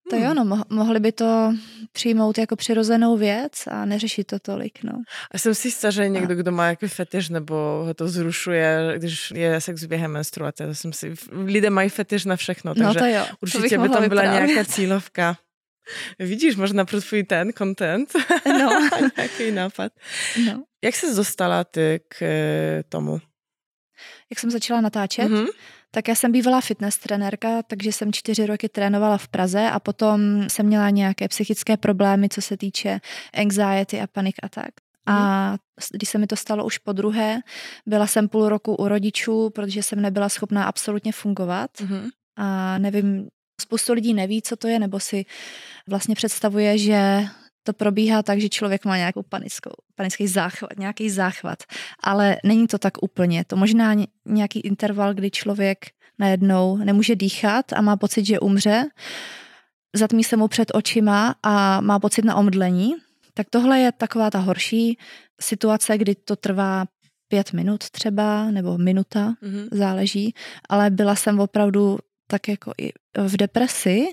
To jo, no, mo- mohli by to přijmout jako přirozenou věc a neřešit to tolik, no. A jsem si jistá, že je někdo, kdo má jaký fetiš nebo ho to vzrušuje, když je sex během menstruace. To jsem si, lidé mají fetiš na všechno, takže no to jo, určitě by tam byla nějaká cílovka. Vidíš, možná pro tvůj ten content. No. Nějaký nápad. No. Jak jsi dostala ty k tomu? Jak jsem začala natáčet, Mm-hmm. tak já jsem bývalá fitness trenérka, takže jsem čtyři roky trénovala v Praze a potom jsem měla nějaké psychické problémy, co se týče anxiety a panic attack. Mm. A když se mi to stalo už po druhé, byla jsem půl roku u rodičů, protože jsem nebyla schopná absolutně fungovat. Mm. A nevím, spoustu lidí neví, co to je, nebo si vlastně představuje, že to probíhá tak, že člověk má nějakou panickou, panický záchvat, nějaký záchvat. Ale není to tak úplně. To možná nějaký interval, kdy člověk najednou nemůže dýchat a má pocit, že umře. Zatmí se mu před očima a má pocit na omdlení. Tak tohle je taková ta horší situace, kdy to trvá pět minut třeba, nebo minuta, mm-hmm. záleží. Ale byla jsem opravdu tak jako i v depresi,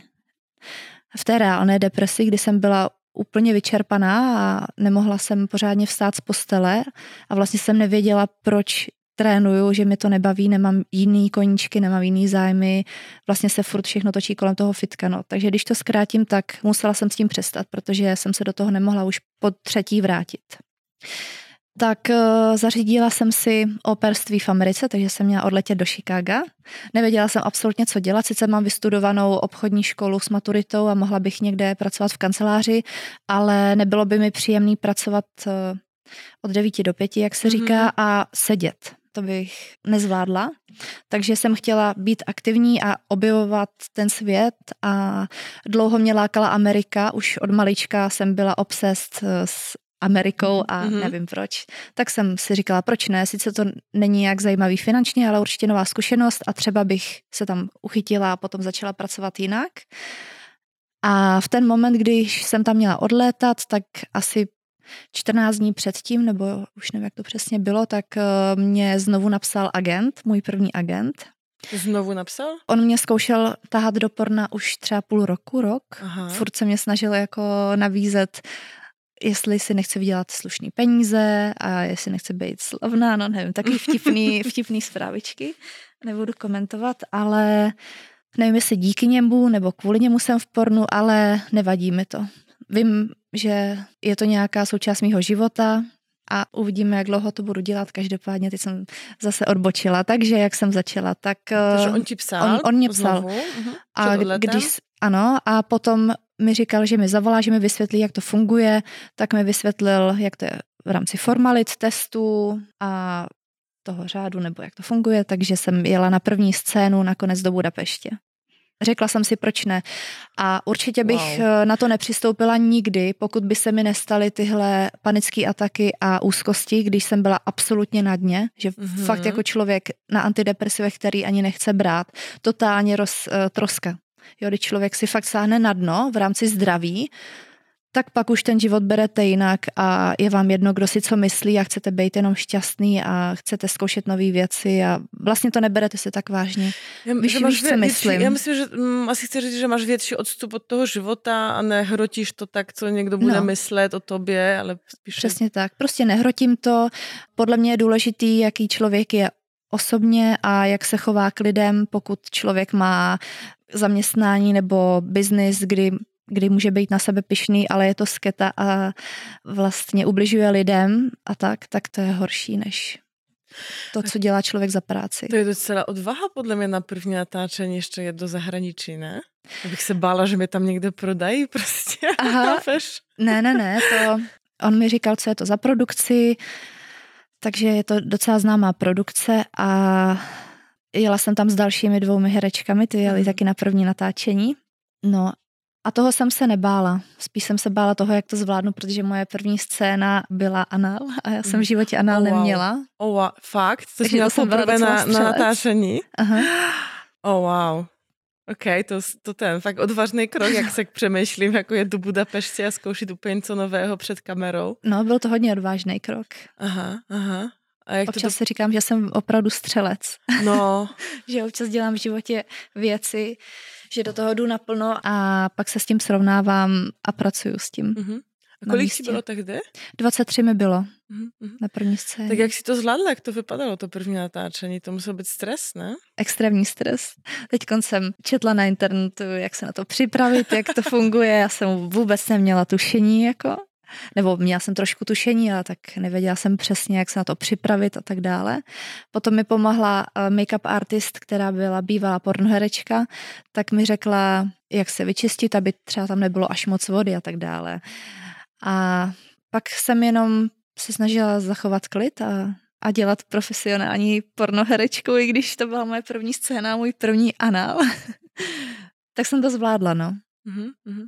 v té reálné depresi, kdy jsem byla úplně vyčerpaná a nemohla jsem pořádně vstát z postele a vlastně jsem nevěděla, proč trénuju, že mi to nebaví, nemám jiný koníčky, nemám jiný zájmy, vlastně se furt všechno točí kolem toho fitka, no. Takže když to zkrátím, tak musela jsem s tím přestat, protože jsem se do toho nemohla už po třetí vrátit. Tak uh, zařídila jsem si operství v Americe, takže jsem měla odletět do Chicaga. Nevěděla jsem absolutně, co dělat, sice mám vystudovanou obchodní školu s maturitou a mohla bych někde pracovat v kanceláři, ale nebylo by mi příjemný pracovat uh, od devíti do pěti, jak se říká, mm-hmm. a sedět. To bych nezvládla. Takže jsem chtěla být aktivní a objevovat ten svět a dlouho mě lákala Amerika. Už od malička jsem byla obsessed s Amerikou a mm-hmm. nevím proč. Tak jsem si říkala, proč ne, sice to není jak zajímavý finančně, ale určitě nová zkušenost a třeba bych se tam uchytila a potom začala pracovat jinak. A v ten moment, když jsem tam měla odlétat, tak asi čtrnáct dní předtím, nebo už nevím, jak to přesně bylo, tak mě znovu napsal agent, můj první agent. Znovu napsal? On mě zkoušel tahat do porna už třeba půl roku, rok. Aha. Furt se mě snažil jako nabízet, jestli si nechce vydělat slušný peníze a jestli nechce být slavná, no nevím, taky vtipný, vtipný zprávičky, nebudu komentovat, ale nevím, jestli díky němu nebo kvůli němu jsem v pornu, ale nevadí mi to. Vím, že je to nějaká součást mýho života a uvidíme, jak dlouho to budu dělat. Každopádně teď jsem zase odbočila, takže jak jsem začala, tak... Takže on ti psal? On, on mě psal. Uh-huh. A když, ano, a potom mi říkal, že mi zavolá, že mi vysvětlí, jak to funguje, tak mi vysvětlil, jak to je v rámci formalit, testů a toho řádu, nebo jak to funguje, takže jsem jela na první scénu nakonec do Budapeště. Řekla jsem si, proč ne. A určitě bych wow. na to nepřistoupila nikdy, pokud by se mi nestaly tyhle panické ataky a úzkosti, když jsem byla absolutně na dně, že mm-hmm. fakt jako člověk na antidepresivech, který ani nechce brát, totálně roz, uh, troska. Jo, když člověk si fakt sáhne na dno v rámci zdraví, tak pak už ten život berete jinak a je vám jedno, kdo si co myslí a chcete být jenom šťastný a chcete zkoušet nové věci a vlastně to neberete si tak vážně. Ja, víš, víš, co myslím? Já myslím, že um, asi chceš říct, že máš větší odstup od toho života a nehrotíš to tak, co někdo bude no. myslet o tobě, ale spíš... Přesně tak. Prostě nehrotím to. Podle mě je důležitý, jaký člověk je osobně a jak se chová k lidem, pokud člověk má zaměstnání nebo biznis, kdy kdy může být na sebe pyšný, ale je to sketa a vlastně ubližuje lidem a tak, tak to je horší než to, co dělá člověk za práci. To je docela odvaha podle mě na první natáčení ještě jet do zahraničí, ne? Bych se bála, že mě tam někde prodají prostě. Aha, ne, ne, ne, to on mi říkal, co je to za produkci, takže je to docela známá produkce a jela jsem tam s dalšími dvoumi herečkami, ty jeli mm. taky na první natáčení. No a toho jsem se nebála. Spíš jsem se bála toho, jak to zvládnu, protože moje první scéna byla anál a já jsem v životě anál oh, wow. neměla. Oh wow, fakt? To jsi měla poprvé na, na natáčení? Aha. Oh wow. OK, to, to ten fakt odvážný krok, jak se přemýšlím, jako je do Budapeště a zkoušet úplně něco nového před kamerou. No, byl to hodně odvážný krok. Aha, aha. A jak občas to... si říkám, že jsem opravdu střelec. No. Že občas dělám v životě věci, že do toho jdu naplno a pak se s tím srovnávám a pracuju s tím. Uh-huh. A kolik si bylo tehdy? dvacet tři mi bylo uh-huh. na první scéně. Tak jak si to zvládla, jak to vypadalo, to první natáčení? To musel být stres, ne? Extrémní stres. Teď jsem četla na internetu, jak se na to připravit, jak to funguje. Já jsem vůbec neměla tušení, jako... nebo měla jsem trošku tušení, ale tak nevěděla jsem přesně, jak se na to připravit a tak dále. Potom mi pomohla make-up artist, která byla bývalá pornoherečka, tak mi řekla, jak se vyčistit, aby třeba tam nebylo až moc vody a tak dále. A pak jsem jenom se snažila zachovat klid a, a dělat profesionální pornoherečku, i když to byla moje první scéna, můj první anál. Tak jsem to zvládla, no. Mm-hmm.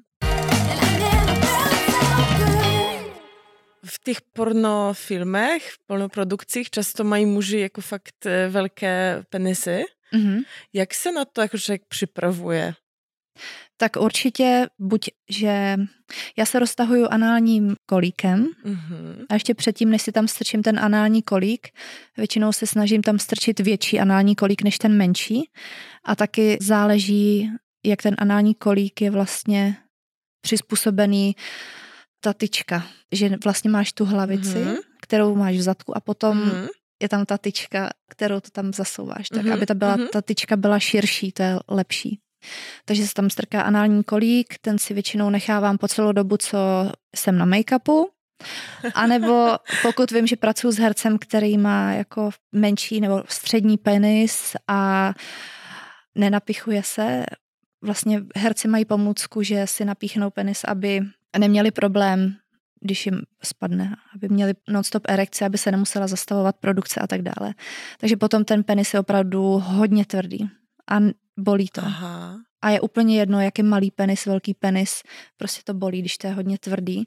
V těch pornofilmech, v pornoprodukcích často mají muži jako fakt velké penisy. Mm-hmm. Jak se na to jako člověk připravuje? Tak určitě buď, že já se roztahuju análním kolíkem mm-hmm. a ještě předtím, než si tam strčím ten anální kolík, většinou se snažím tam strčit větší anální kolík než ten menší a taky záleží, jak ten anální kolík je vlastně přizpůsobený ta tyčka, že vlastně máš tu hlavici, mm-hmm. kterou máš v zadku a potom mm-hmm. je tam ta tyčka, kterou to tam zasouváš, tak mm-hmm. aby ta, byla, ta tyčka byla širší, to je lepší. Takže se tam strká anální kolík, ten si většinou nechávám po celou dobu, co jsem na make-upu, anebo pokud vím, že pracuji s hercem, který má jako menší nebo střední penis a nenapichuje se, vlastně herci mají pomůcku, že si napíchnou penis, aby neměli problém, když jim spadne, aby měli non-stop erekci, aby se nemusela zastavovat produkce a tak dále. Takže potom ten penis je opravdu hodně tvrdý a bolí to. Aha. A je úplně jedno, jak je malý penis, velký penis, prostě to bolí, když to je hodně tvrdý.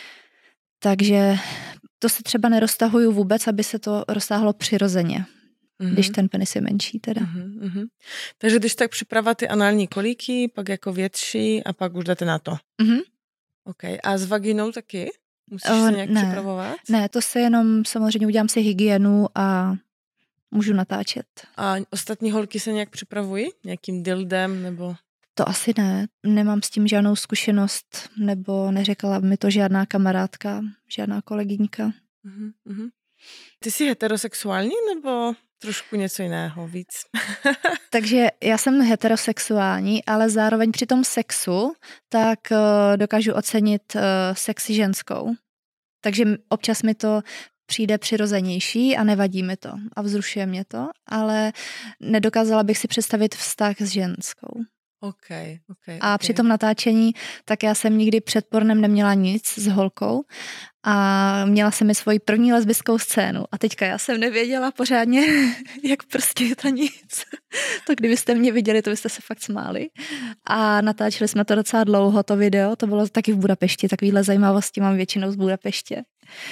Takže to se třeba neroztahuju vůbec, aby se to roztáhlo přirozeně, mm-hmm. když ten penis je menší teda. Mm-hmm. Takže když tak připravá ty anální kolíky, pak jako větší a pak už jdete na to. Mm-hmm. Okay. A s vaginou taky? Musíš o, se nějak ne. připravovat? Ne, to se jenom samozřejmě udělám si hygienu a můžu natáčet. A ostatní holky se nějak připravují? Nějakým dildem nebo... To asi ne. Nemám s tím žádnou zkušenost, nebo neřekla mi to žádná kamarádka, žádná kolegyňka. Uh-huh. Ty jsi heterosexuální nebo trošku něco jiného víc? Takže já jsem heterosexuální, ale zároveň při tom sexu tak uh, dokážu ocenit uh, sexy ženskou. Takže občas mi to přijde přirozenější a nevadí mi to a vzrušuje mě to, ale nedokázala bych si představit vztah s ženskou. Okay, okay, a okay. při tom natáčení, tak já jsem nikdy před pornem neměla nic s holkou a měla jsem mi svoji první lesbickou scénu a teďka já jsem nevěděla pořádně, jak prostě ta nic. To kdybyste mě viděli, to byste se fakt smáli. A natáčeli jsme to docela dlouho, to video, to bylo taky v Budapešti, takovýhle zajímavosti mám většinou z Budapeště.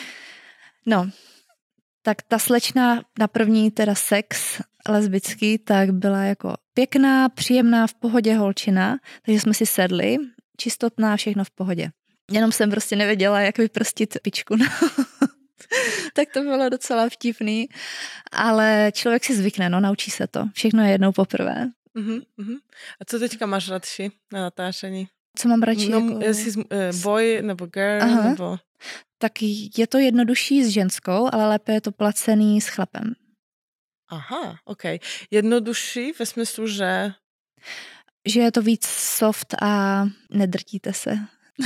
No, tak ta slečna na první teda sex lesbický, tak byla jako pěkná, příjemná, v pohodě holčina, takže jsme si sedli, čistotná, všechno v pohodě. Jenom jsem prostě nevěděla, jak vyprstit pičku. No. Tak to bylo docela vtipný, ale člověk si zvykne, no, naučí se to. Všechno je jednou poprvé. Uh-huh, uh-huh. A co teďka máš radši na natáčení? Co mám radši? No, jako... Jestli boy nebo girl, Aha. nebo... Tak je to jednodušší s ženskou, ale lépe je to placený s chlapem. Aha, ok. Jednodušší ve smyslu, že... Že je to víc soft a nedrtíte se.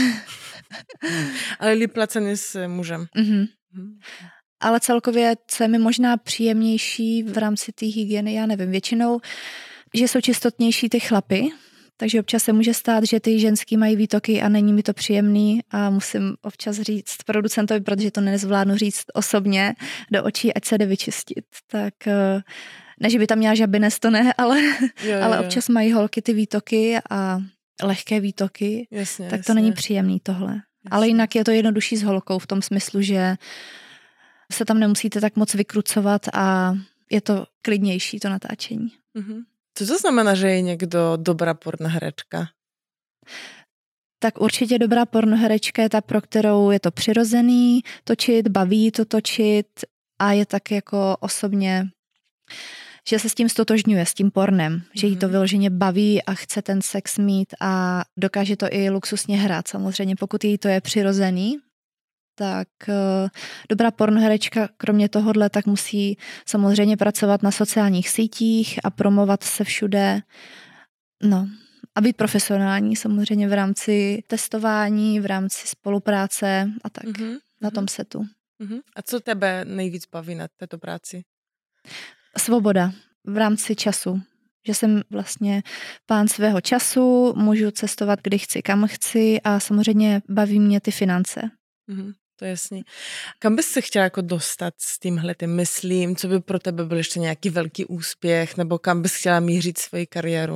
Ale líp placený s mužem. Mm-hmm. Mm. Ale celkově, co je mi možná příjemnější v rámci té hygieny, já nevím, většinou, že jsou čistotnější ty chlapy, takže občas se může stát, že ty ženský mají výtoky a není mi to příjemný a musím občas říct producentovi, protože to nezvládnu říct osobně do očí, ať se jde vyčistit. Tak ne, že by tam měla žabinec, to ne, ale, jo, ale jo. Občas mají holky ty výtoky a lehké výtoky, jasně, tak to jasně. Není příjemný tohle. Jasně. Ale jinak je to jednodušší s holkou v tom smyslu, že se tam nemusíte tak moc vykrucovat a je to klidnější to natáčení. Mhm. Co to znamená, že je někdo dobrá pornoherečka? Tak určitě dobrá pornoherečka je ta, pro kterou je to přirozený točit, baví to točit a je tak jako osobně že se s tím stotožňuje, s tím pornem, mm-hmm. že jí to vyloženě baví a chce ten sex mít a dokáže to i luxusně hrát. Samozřejmě, pokud jí to je přirozený, tak uh, dobrá pornoherečka kromě tohohle tak musí samozřejmě pracovat na sociálních sítích a promovat se všude. No, a být profesionální samozřejmě v rámci testování, v rámci spolupráce a tak mm-hmm. na tom setu. Mm-hmm. A co tebe nejvíc baví na této práci? Svoboda v rámci času. Že jsem vlastně pán svého času, můžu cestovat, kdy chci, kam chci a samozřejmě baví mě ty finance. Mm-hmm. To jasně. Kam bys se chtěla jako dostat s tímhletým, myslím, co by pro tebe byl ještě nějaký velký úspěch, nebo kam bys chtěla mířit svoji kariéru?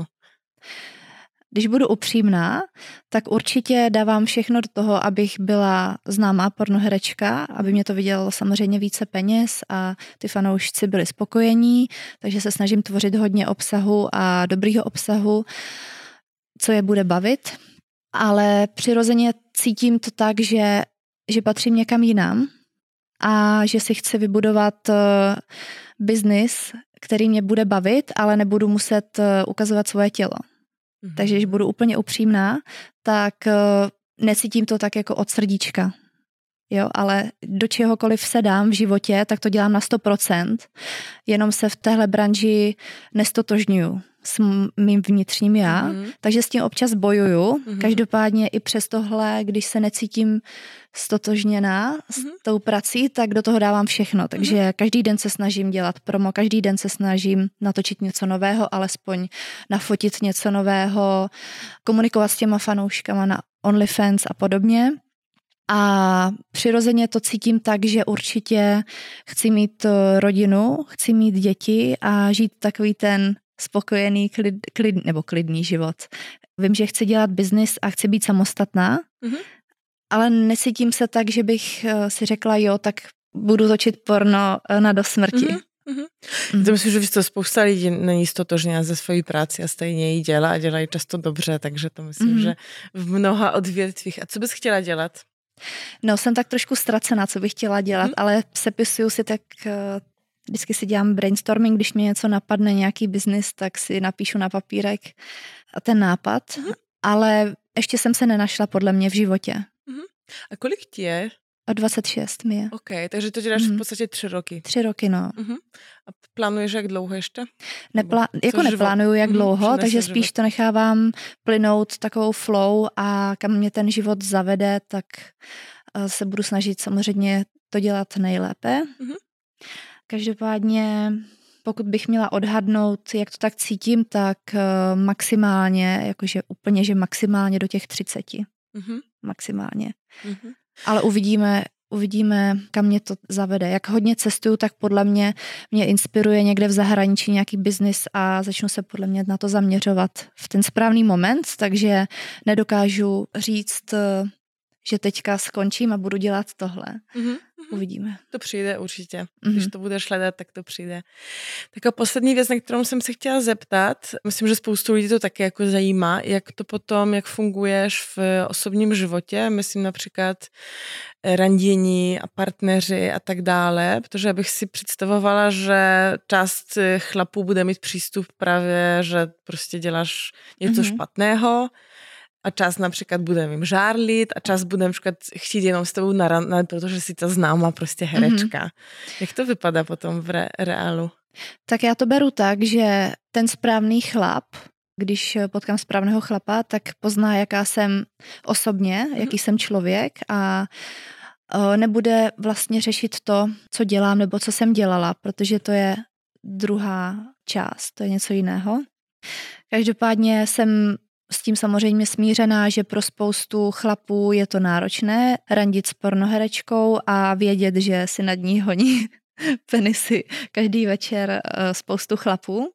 Když budu upřímná, tak určitě dávám všechno do toho, abych byla známá pornoherečka, aby mě to vydělalo samozřejmě více peněz a ty fanoušci byli spokojení, takže se snažím tvořit hodně obsahu a dobrýho obsahu, co je bude bavit, ale přirozeně cítím to tak, že že patřím někam jinam a že si chci vybudovat uh, biznis, který mě bude bavit, ale nebudu muset uh, ukazovat svoje tělo. Mm-hmm. Takže když budu úplně upřímná, tak uh, necítím to tak jako od srdíčka. Jo, ale do čehokoliv se dám v životě, tak to dělám na sto procent. Jenom se v téhle branži nestotožňuju s mým vnitřním já, mm-hmm. takže s tím občas bojuju. Mm-hmm. Každopádně i přes tohle, když se necítím stotožněná mm-hmm. s tou prací, tak do toho dávám všechno. Takže mm-hmm. každý den se snažím dělat promo, každý den se snažím natočit něco nového, alespoň nafotit něco nového, komunikovat s těma fanouškama na OnlyFans a podobně. A přirozeně to cítím tak, že určitě chci mít rodinu, chci mít děti a žít takový ten spokojený, klid, klid, nebo klidný život. Vím, že chci dělat biznis a chci být samostatná, mm-hmm. ale necítím se tak, že bych si řekla, jo, tak budu točit porno na do smrti. Mm-hmm. Mm-hmm. To myslím, že to spousta lidí není stotožněná ze svojí práci a stejně ji dělá a dělají často dobře, takže to myslím, mm-hmm. že v mnoha odvětvích. A co bys chtěla dělat? No, jsem tak trošku ztracená, co bych chtěla dělat, mm-hmm. ale sepisuju si tak, vždycky si dělám brainstorming, když mě něco napadne, nějaký biznis, tak si napíšu na papírek ten nápad, mm-hmm. ale ještě jsem se nenašla podle mě v životě. Mm-hmm. A kolik ti je? O dvacet šest mi je. OK, takže to děláš mm-hmm. v podstatě tři roky. Tři roky, no. Mm-hmm. A plánuješ jak dlouho ještě? Nepla- jako neplánuju jak dlouho, mm-hmm. takže spíš život. To nechávám plynout takovou flow a kam mě ten život zavede, tak se budu snažit samozřejmě to dělat nejlépe. Mm-hmm. Každopádně, pokud bych měla odhadnout, jak to tak cítím, tak maximálně, jakože úplně, že maximálně do těch třiceti. Mm-hmm. Maximálně. Mm-hmm. Ale uvidíme, uvidíme, kam mě to zavede. Jak hodně cestuju, tak podle mě mě inspiruje někde v zahraničí nějaký biznis a začnu se podle mě na to zaměřovat v ten správný moment, takže nedokážu říct, že teďka skončím a budu dělat tohle. Mm-hmm. Uvidíme. To přijde určitě. Mm-hmm. Když to budeš hledat, tak to přijde. Tak a poslední věc, na kterou jsem se chtěla zeptat, myslím, že spoustu lidí to taky jako zajímá, jak to potom, jak funguješ v osobním životě, myslím například randění a partneři a tak dále, protože bych si představovala, že část chlapů bude mít přístup právě, že prostě děláš něco mm-hmm. špatného, a čas například budem jim žárlit a čas budem například chtít jenom s tebou naranat, protože si ta známá prostě herečka. Mm-hmm. Jak to vypadá potom v re- reálu? Tak já to beru tak, že ten správný chlap, když potkám správného chlapa, tak pozná, jaká jsem osobně, mm-hmm. jaký jsem člověk a nebude vlastně řešit to, co dělám nebo co jsem dělala, protože to je druhá část, to je něco jiného. Každopádně jsem s tím samozřejmě smířená, že pro spoustu chlapů je to náročné randit s pornoherečkou a vědět, že si nad ní honí penisy každý večer spoustu chlapů.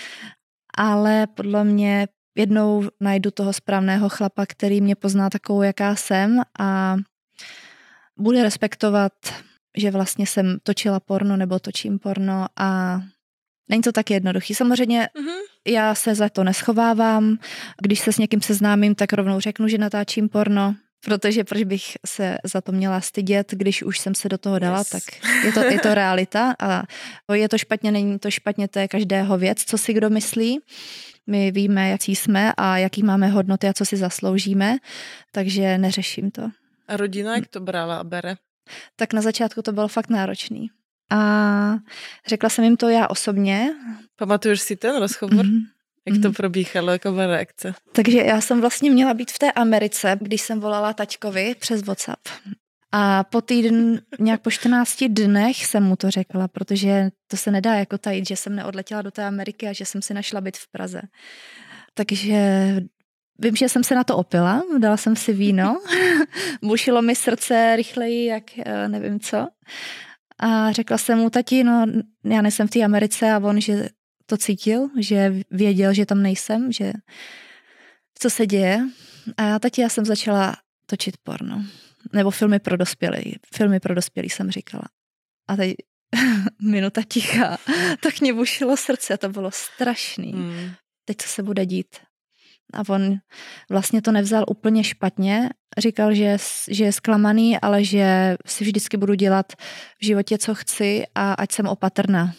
Ale podle mě jednou najdu toho správného chlapa, který mě pozná takovou, jaká jsem a bude respektovat, že vlastně jsem točila porno nebo točím porno a není to tak jednoduchý. Samozřejmě mm-hmm. já se za to neschovávám. Když se s někým seznámím, tak rovnou řeknu, že natáčím porno. Protože proč bych se za to měla stydět, když už jsem se do toho dala, yes. tak je to, je to realita a je to špatně, není to špatně, to je každého věc, co si kdo myslí. My víme, jaký jsme a jaký máme hodnoty a co si zasloužíme, takže neřeším to. A rodina, jak to brala a bere? Tak na začátku to bylo fakt náročný. A řekla jsem jim to já osobně. Pamatuješ si ten rozhovor? Mm-hmm. Jak to mm-hmm. probíhalo, jaká byla reakce? Takže já jsem vlastně měla být v té Americe, když jsem volala taťkovi přes WhatsApp. A po týdn, nějak po čtrnácti dnech jsem mu to řekla, protože to se nedá jako tajit, že jsem neodletěla do té Ameriky a že jsem si našla byt v Praze. Takže vím, že jsem se na to opila, dala jsem si víno, bušilo mi srdce rychleji, jak nevím co. A řekla jsem mu, tati, no já nejsem v té Americe a on, že to cítil, že věděl, že tam nejsem, že co se děje. A já, tati, já jsem začala točit porno. Nebo filmy pro dospělí. Filmy pro dospělí jsem říkala. A teď minuta ticha. Tak mě bušilo srdce, to bylo strašný. Hmm. Teď co se bude dít? A on vlastně to nevzal úplně špatně. Říkal, že, že je zklamaný, ale že si vždycky budu dělat v životě, co chci a ať jsem opatrná.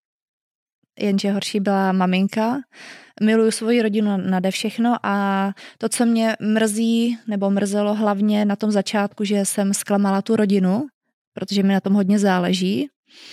Jenže horší byla maminka. Miluju svoji rodinu nade všechno a to, co mě mrzí, nebo mrzelo hlavně na tom začátku, že jsem zklamala tu rodinu, protože mi na tom hodně záleží.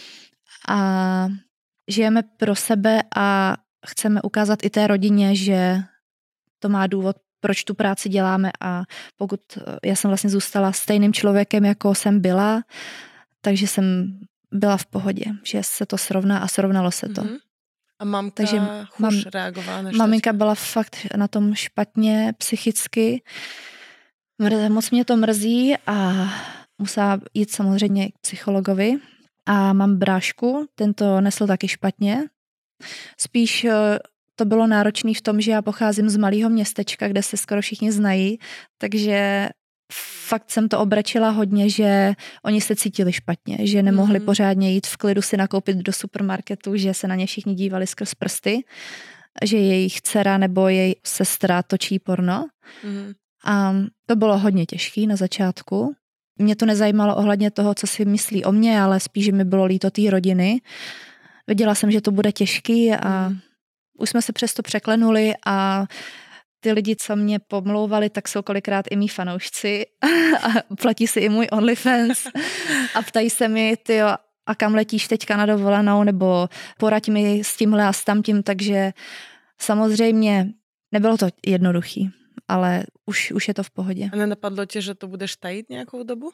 A žijeme pro sebe a chceme ukázat i té rodině, že to má důvod, proč tu práci děláme a pokud já jsem vlastně zůstala stejným člověkem, jako jsem byla, takže jsem byla v pohodě, že se to srovná a srovnalo se to. Mm-hmm. A mamka Takže mam, reagovala než maminka tačka. Byla fakt na tom špatně psychicky. Mrze, moc mě to mrzí a musela jít samozřejmě k psychologovi. A mám brášku, ten to nesl taky špatně. Spíš to bylo náročné v tom, že já pocházím z malého městečka, kde se skoro všichni znají, takže fakt jsem to obračila hodně, že oni se cítili špatně, že nemohli mm. pořádně jít v klidu si nakoupit do supermarketu, že se na ně všichni dívali skrz prsty, že jejich dcera nebo její sestra točí porno. Mm. A to bylo hodně těžké na začátku. Mě to nezajímalo ohledně toho, co si myslí o mně, ale spíš, že mi bylo líto té rodiny. Věděla jsem, že to bude těžký a mm. už jsme se přesto překlenuli a ty lidi, co mě pomlouvali, tak jsou kolikrát i mý fanoušci a platí si i můj OnlyFans a ptají se mi, tyjo, a kam letíš teďka na dovolenou, nebo poraď mi s tímhle a s tamtím, takže samozřejmě nebylo to jednoduchý, ale už, už je to v pohodě. A nenapadlo tě, že to budeš tajit nějakou dobu?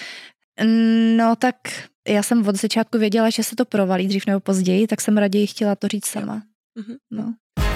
No tak já jsem od začátku věděla, že se to provalí dřív nebo později, tak jsem raději chtěla to říct sama. Mhm. No.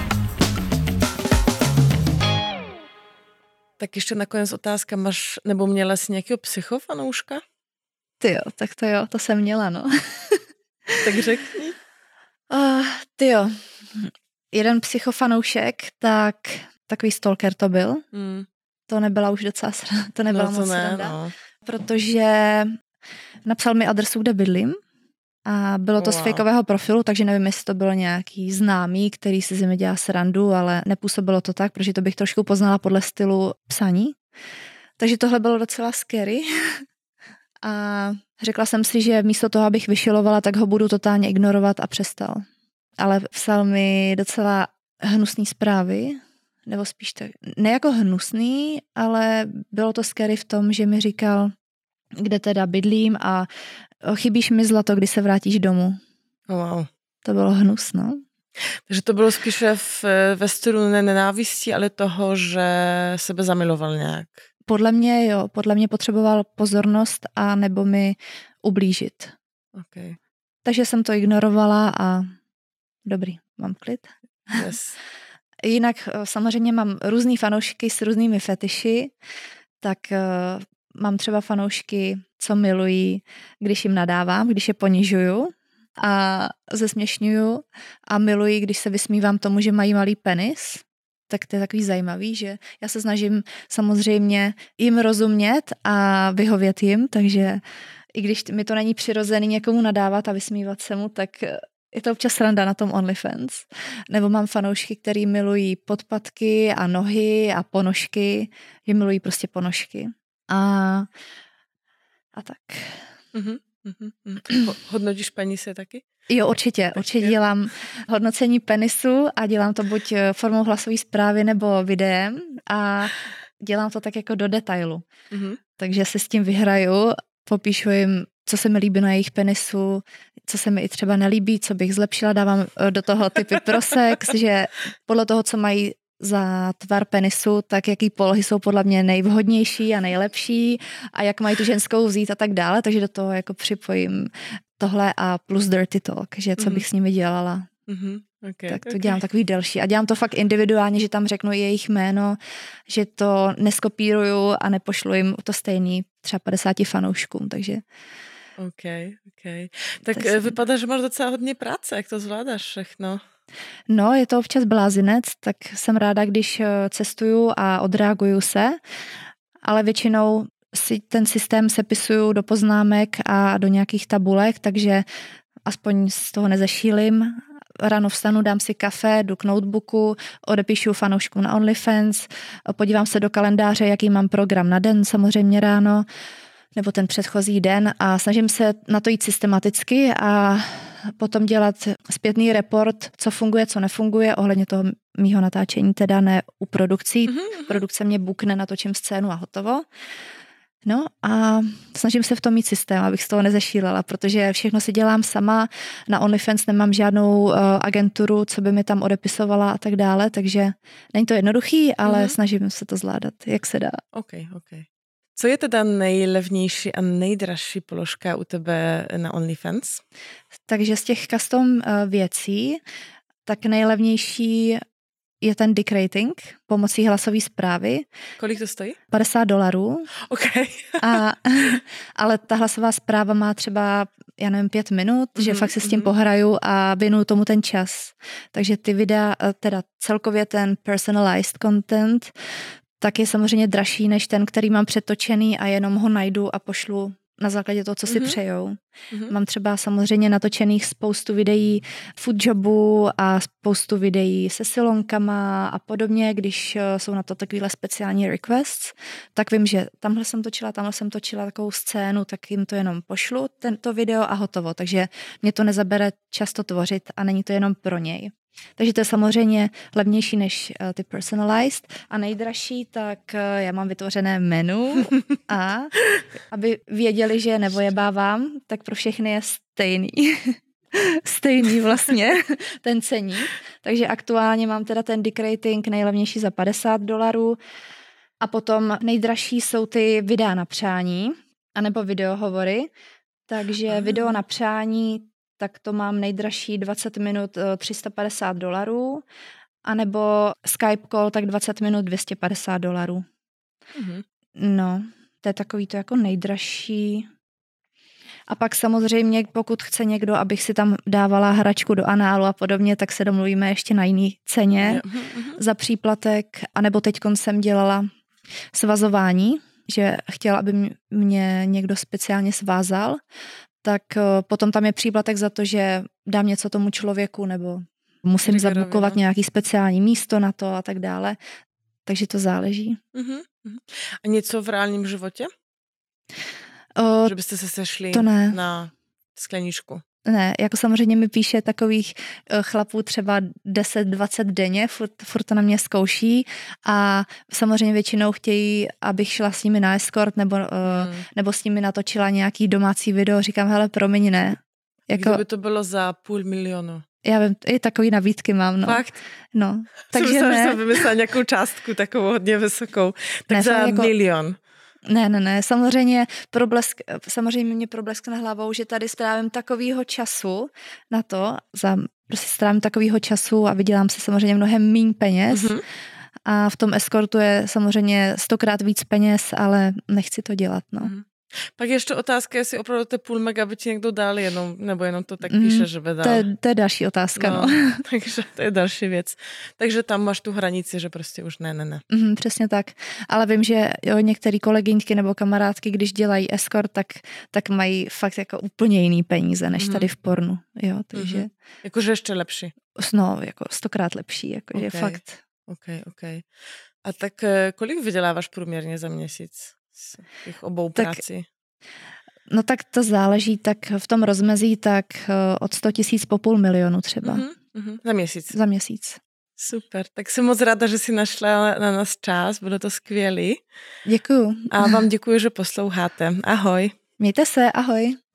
Tak ještě nakonec otázka, máš, nebo měla jsi nějakého psychofanouška? Ty jo, tak to jo, to jsem měla, no. Tak řekni. Uh, ty jo, jeden psychofanoušek, tak takový stalker to byl. Mm. To nebyla už docela sranda, to nebyla no, to moc ne, sranda. No. Protože napsal mi adresu, kde bydlím a bylo to wow. z fejkového profilu, takže nevím, jestli to bylo nějaký známý, který si z mě dělá srandu, ale nepůsobilo to tak, protože to bych trošku poznala podle stylu psaní. Takže tohle bylo docela scary. A řekla jsem si, že místo toho, abych vyšilovala, tak ho budu totálně ignorovat a přestal. Ale psal mi docela hnusný zprávy, nebo spíš tak, ne jako hnusný, ale bylo to scary v tom, že mi říkal, kde teda bydlím a chybíš mi zlato, kdy se vrátíš domů. Wow. To bylo hnusno. Takže to bylo spíše v, ve stylu ne nenávisti, ale toho, že sebe zamiloval nějak. Podle mě jo, podle mě potřeboval pozornost a nebo mi ublížit. Okay. Takže jsem to ignorovala a dobrý, mám klid. Yes. Jinak samozřejmě mám různý fanoušky s různými fetiši, tak uh, mám třeba fanoušky, co milují, když jim nadávám, když je ponižuju a zesměšňuju a milují, když se vysmívám tomu, že mají malý penis. Tak to je takový zajímavý, že já se snažím samozřejmě jim rozumět a vyhovět jim, takže i když mi to není přirozený někomu nadávat a vysmívat se mu, tak je to občas sranda na tom OnlyFans. Nebo mám fanoušky, který milují podpatky a nohy a ponožky, že milují prostě ponožky. a, a tak. Uh-huh, uh-huh. Hodnotíš penisy taky? Jo, určitě. Určitě dělám hodnocení penisu a dělám to buď formou hlasové zprávy nebo videem a dělám to tak jako do detailu. Uh-huh. Takže se s tím vyhraju, popíšu jim, co se mi líbí na jejich penisu, co se mi i třeba nelíbí, co bych zlepšila, dávám do toho typy pro sex, že podle toho, co mají za tvar penisu, tak jaký polohy jsou podle mě nejvhodnější a nejlepší a jak mají tu ženskou vzít a tak dále, takže do toho jako připojím tohle a plus dirty talk, že co mm-hmm. bych s nimi dělala. Mm-hmm. Okay, tak to okay. dělám takový delší a dělám to fakt individuálně, že tam řeknu jejich jméno, že to neskopíruju a nepošlu jim to stejný třeba padesáti fanouškům, takže OK, OK. Tak, tak vypadá, že máš docela hodně práce, jak to zvládáš všechno? No, je to občas blázinec, tak jsem ráda, když cestuju a odreaguju se, ale většinou si ten systém sepisuju do poznámek a do nějakých tabulek, takže aspoň z toho nezešílim. Ráno vstanu, dám si kafe, jdu k notebooku, odepíšu fanouškům na OnlyFans, podívám se do kalendáře, jaký mám program na den, samozřejmě ráno, nebo ten předchozí den a snažím se na to jít systematicky a potom dělat zpětný report, co funguje, co nefunguje, ohledně toho mýho natáčení, teda ne u produkcí. Mm-hmm. Produkce mě bukne, natočím scénu a hotovo. No a snažím se v tom mít systém, abych z toho nezešílela, protože všechno si dělám sama, na OnlyFans nemám žádnou uh, agenturu, co by mi tam odepisovala a tak dále, takže není to jednoduchý, ale mm-hmm. snažím se to zvládat, jak se dá. OK, OK. Co je teda nejlevnější a nejdražší položka u tebe na OnlyFans? Takže z těch custom věcí, tak nejlevnější je ten dick rating pomocí hlasové zprávy. Kolik to stojí? padesát dolarů. OK. a, ale ta hlasová zpráva má třeba, já nevím, pět minut, mm-hmm, že fakt se s tím mm-hmm. pohraju a věnuju tomu ten čas. Takže ty videa, teda celkově ten personalized content, tak je samozřejmě dražší než ten, který mám přetočený a jenom ho najdu a pošlu na základě toho, co si mm-hmm. přejou. Mm-hmm. Mám třeba samozřejmě natočených spoustu videí food jobu a spoustu videí se silonkama a podobně, když jsou na to takovýhle speciální requests, tak vím, že tamhle jsem točila, tamhle jsem točila takovou scénu, tak jim to jenom pošlu, tento video a hotovo. Takže mě to nezabere často tvořit a není to jenom pro něj. Takže to je samozřejmě levnější než uh, ty personalized a nejdražší, tak uh, já mám vytvořené menu a aby věděli, že je nevojebávám, tak pro všechny je stejný. stejný vlastně ten ceník. Takže aktuálně mám teda ten dick rating nejlevnější za padesát dolarů a potom nejdražší jsou ty videa na přání anebo videohovory. Takže Aha. video na přání tak to mám nejdražší dvacet minut tři sta padesát dolarů, anebo Skype call tak dvacet minut dvě stě padesát dolarů. Mm-hmm. No, to je takový to jako nejdražší. A pak samozřejmě, pokud chce někdo, abych si tam dávala hračku do análu a podobně, tak se domluvíme ještě na jiný ceně mm-hmm. za příplatek, anebo teďkon jsem dělala svazování, že chtěla, aby mě někdo speciálně svázal, tak potom tam je příplatek za to, že dám něco tomu člověku nebo musím zabukovat nějaký speciální místo na to a tak dále. Takže to záleží. Uh-huh. A něco v reálním životě? O, že byste se sešli na skleničku? Ne, jako samozřejmě mi píše takových chlapů třeba deset dvacet denně, furt, furt to na mě zkouší a samozřejmě většinou chtějí, abych šla s nimi na escort nebo, hmm. nebo s nimi natočila nějaký domácí video. Říkám, hele, promiň, ne. Jako, kdyby to bylo za půl milionu? Já vím, i takový nabídky mám, no. Fakt? No, takže jsem ne. Jsem vymyslela nějakou částku takovou hodně vysokou. Tak ne, za jako... milion. Ne, ne, ne, samozřejmě, problesk, samozřejmě mě probleskne hlavou, že tady strávím takovýho času na to, za, prostě strávím takovýho času a vydělám si samozřejmě mnohem míň peněz mm-hmm. a v tom eskortu je samozřejmě stokrát víc peněz, ale nechci to dělat, no. Mm-hmm. Pak ještě otázka, jestli opravdu to půl mega by ti někdo dal, jenom, nebo jenom to tak píše, mm, že by dal. To je, to je další otázka, no. no. Takže to je další věc. Takže tam máš tu hranici, že prostě už ne, ne, ne. Mm, přesně tak. Ale vím, že jo, některé kolegyňky nebo kamarádky, když dělají escort, tak, tak mají fakt jako úplně jiný peníze, než mm. tady v pornu. Jo, takže... Mm-hmm. Jakože ještě lepší. No, jako stokrát lepší, jakože okay. fakt. Ok, ok. A tak kolik vyděláváš průměrně za měsíc z těch obou tak, prací? No tak to záleží, tak v tom rozmezí tak od sto tisíc po půl milionu třeba. Uh-huh, uh-huh. Za měsíc? Za měsíc. Super, tak jsem moc ráda, že si našla na nás čas, bylo to skvělý. Děkuju. A vám děkuji, že posloucháte. Ahoj. Mějte se, ahoj.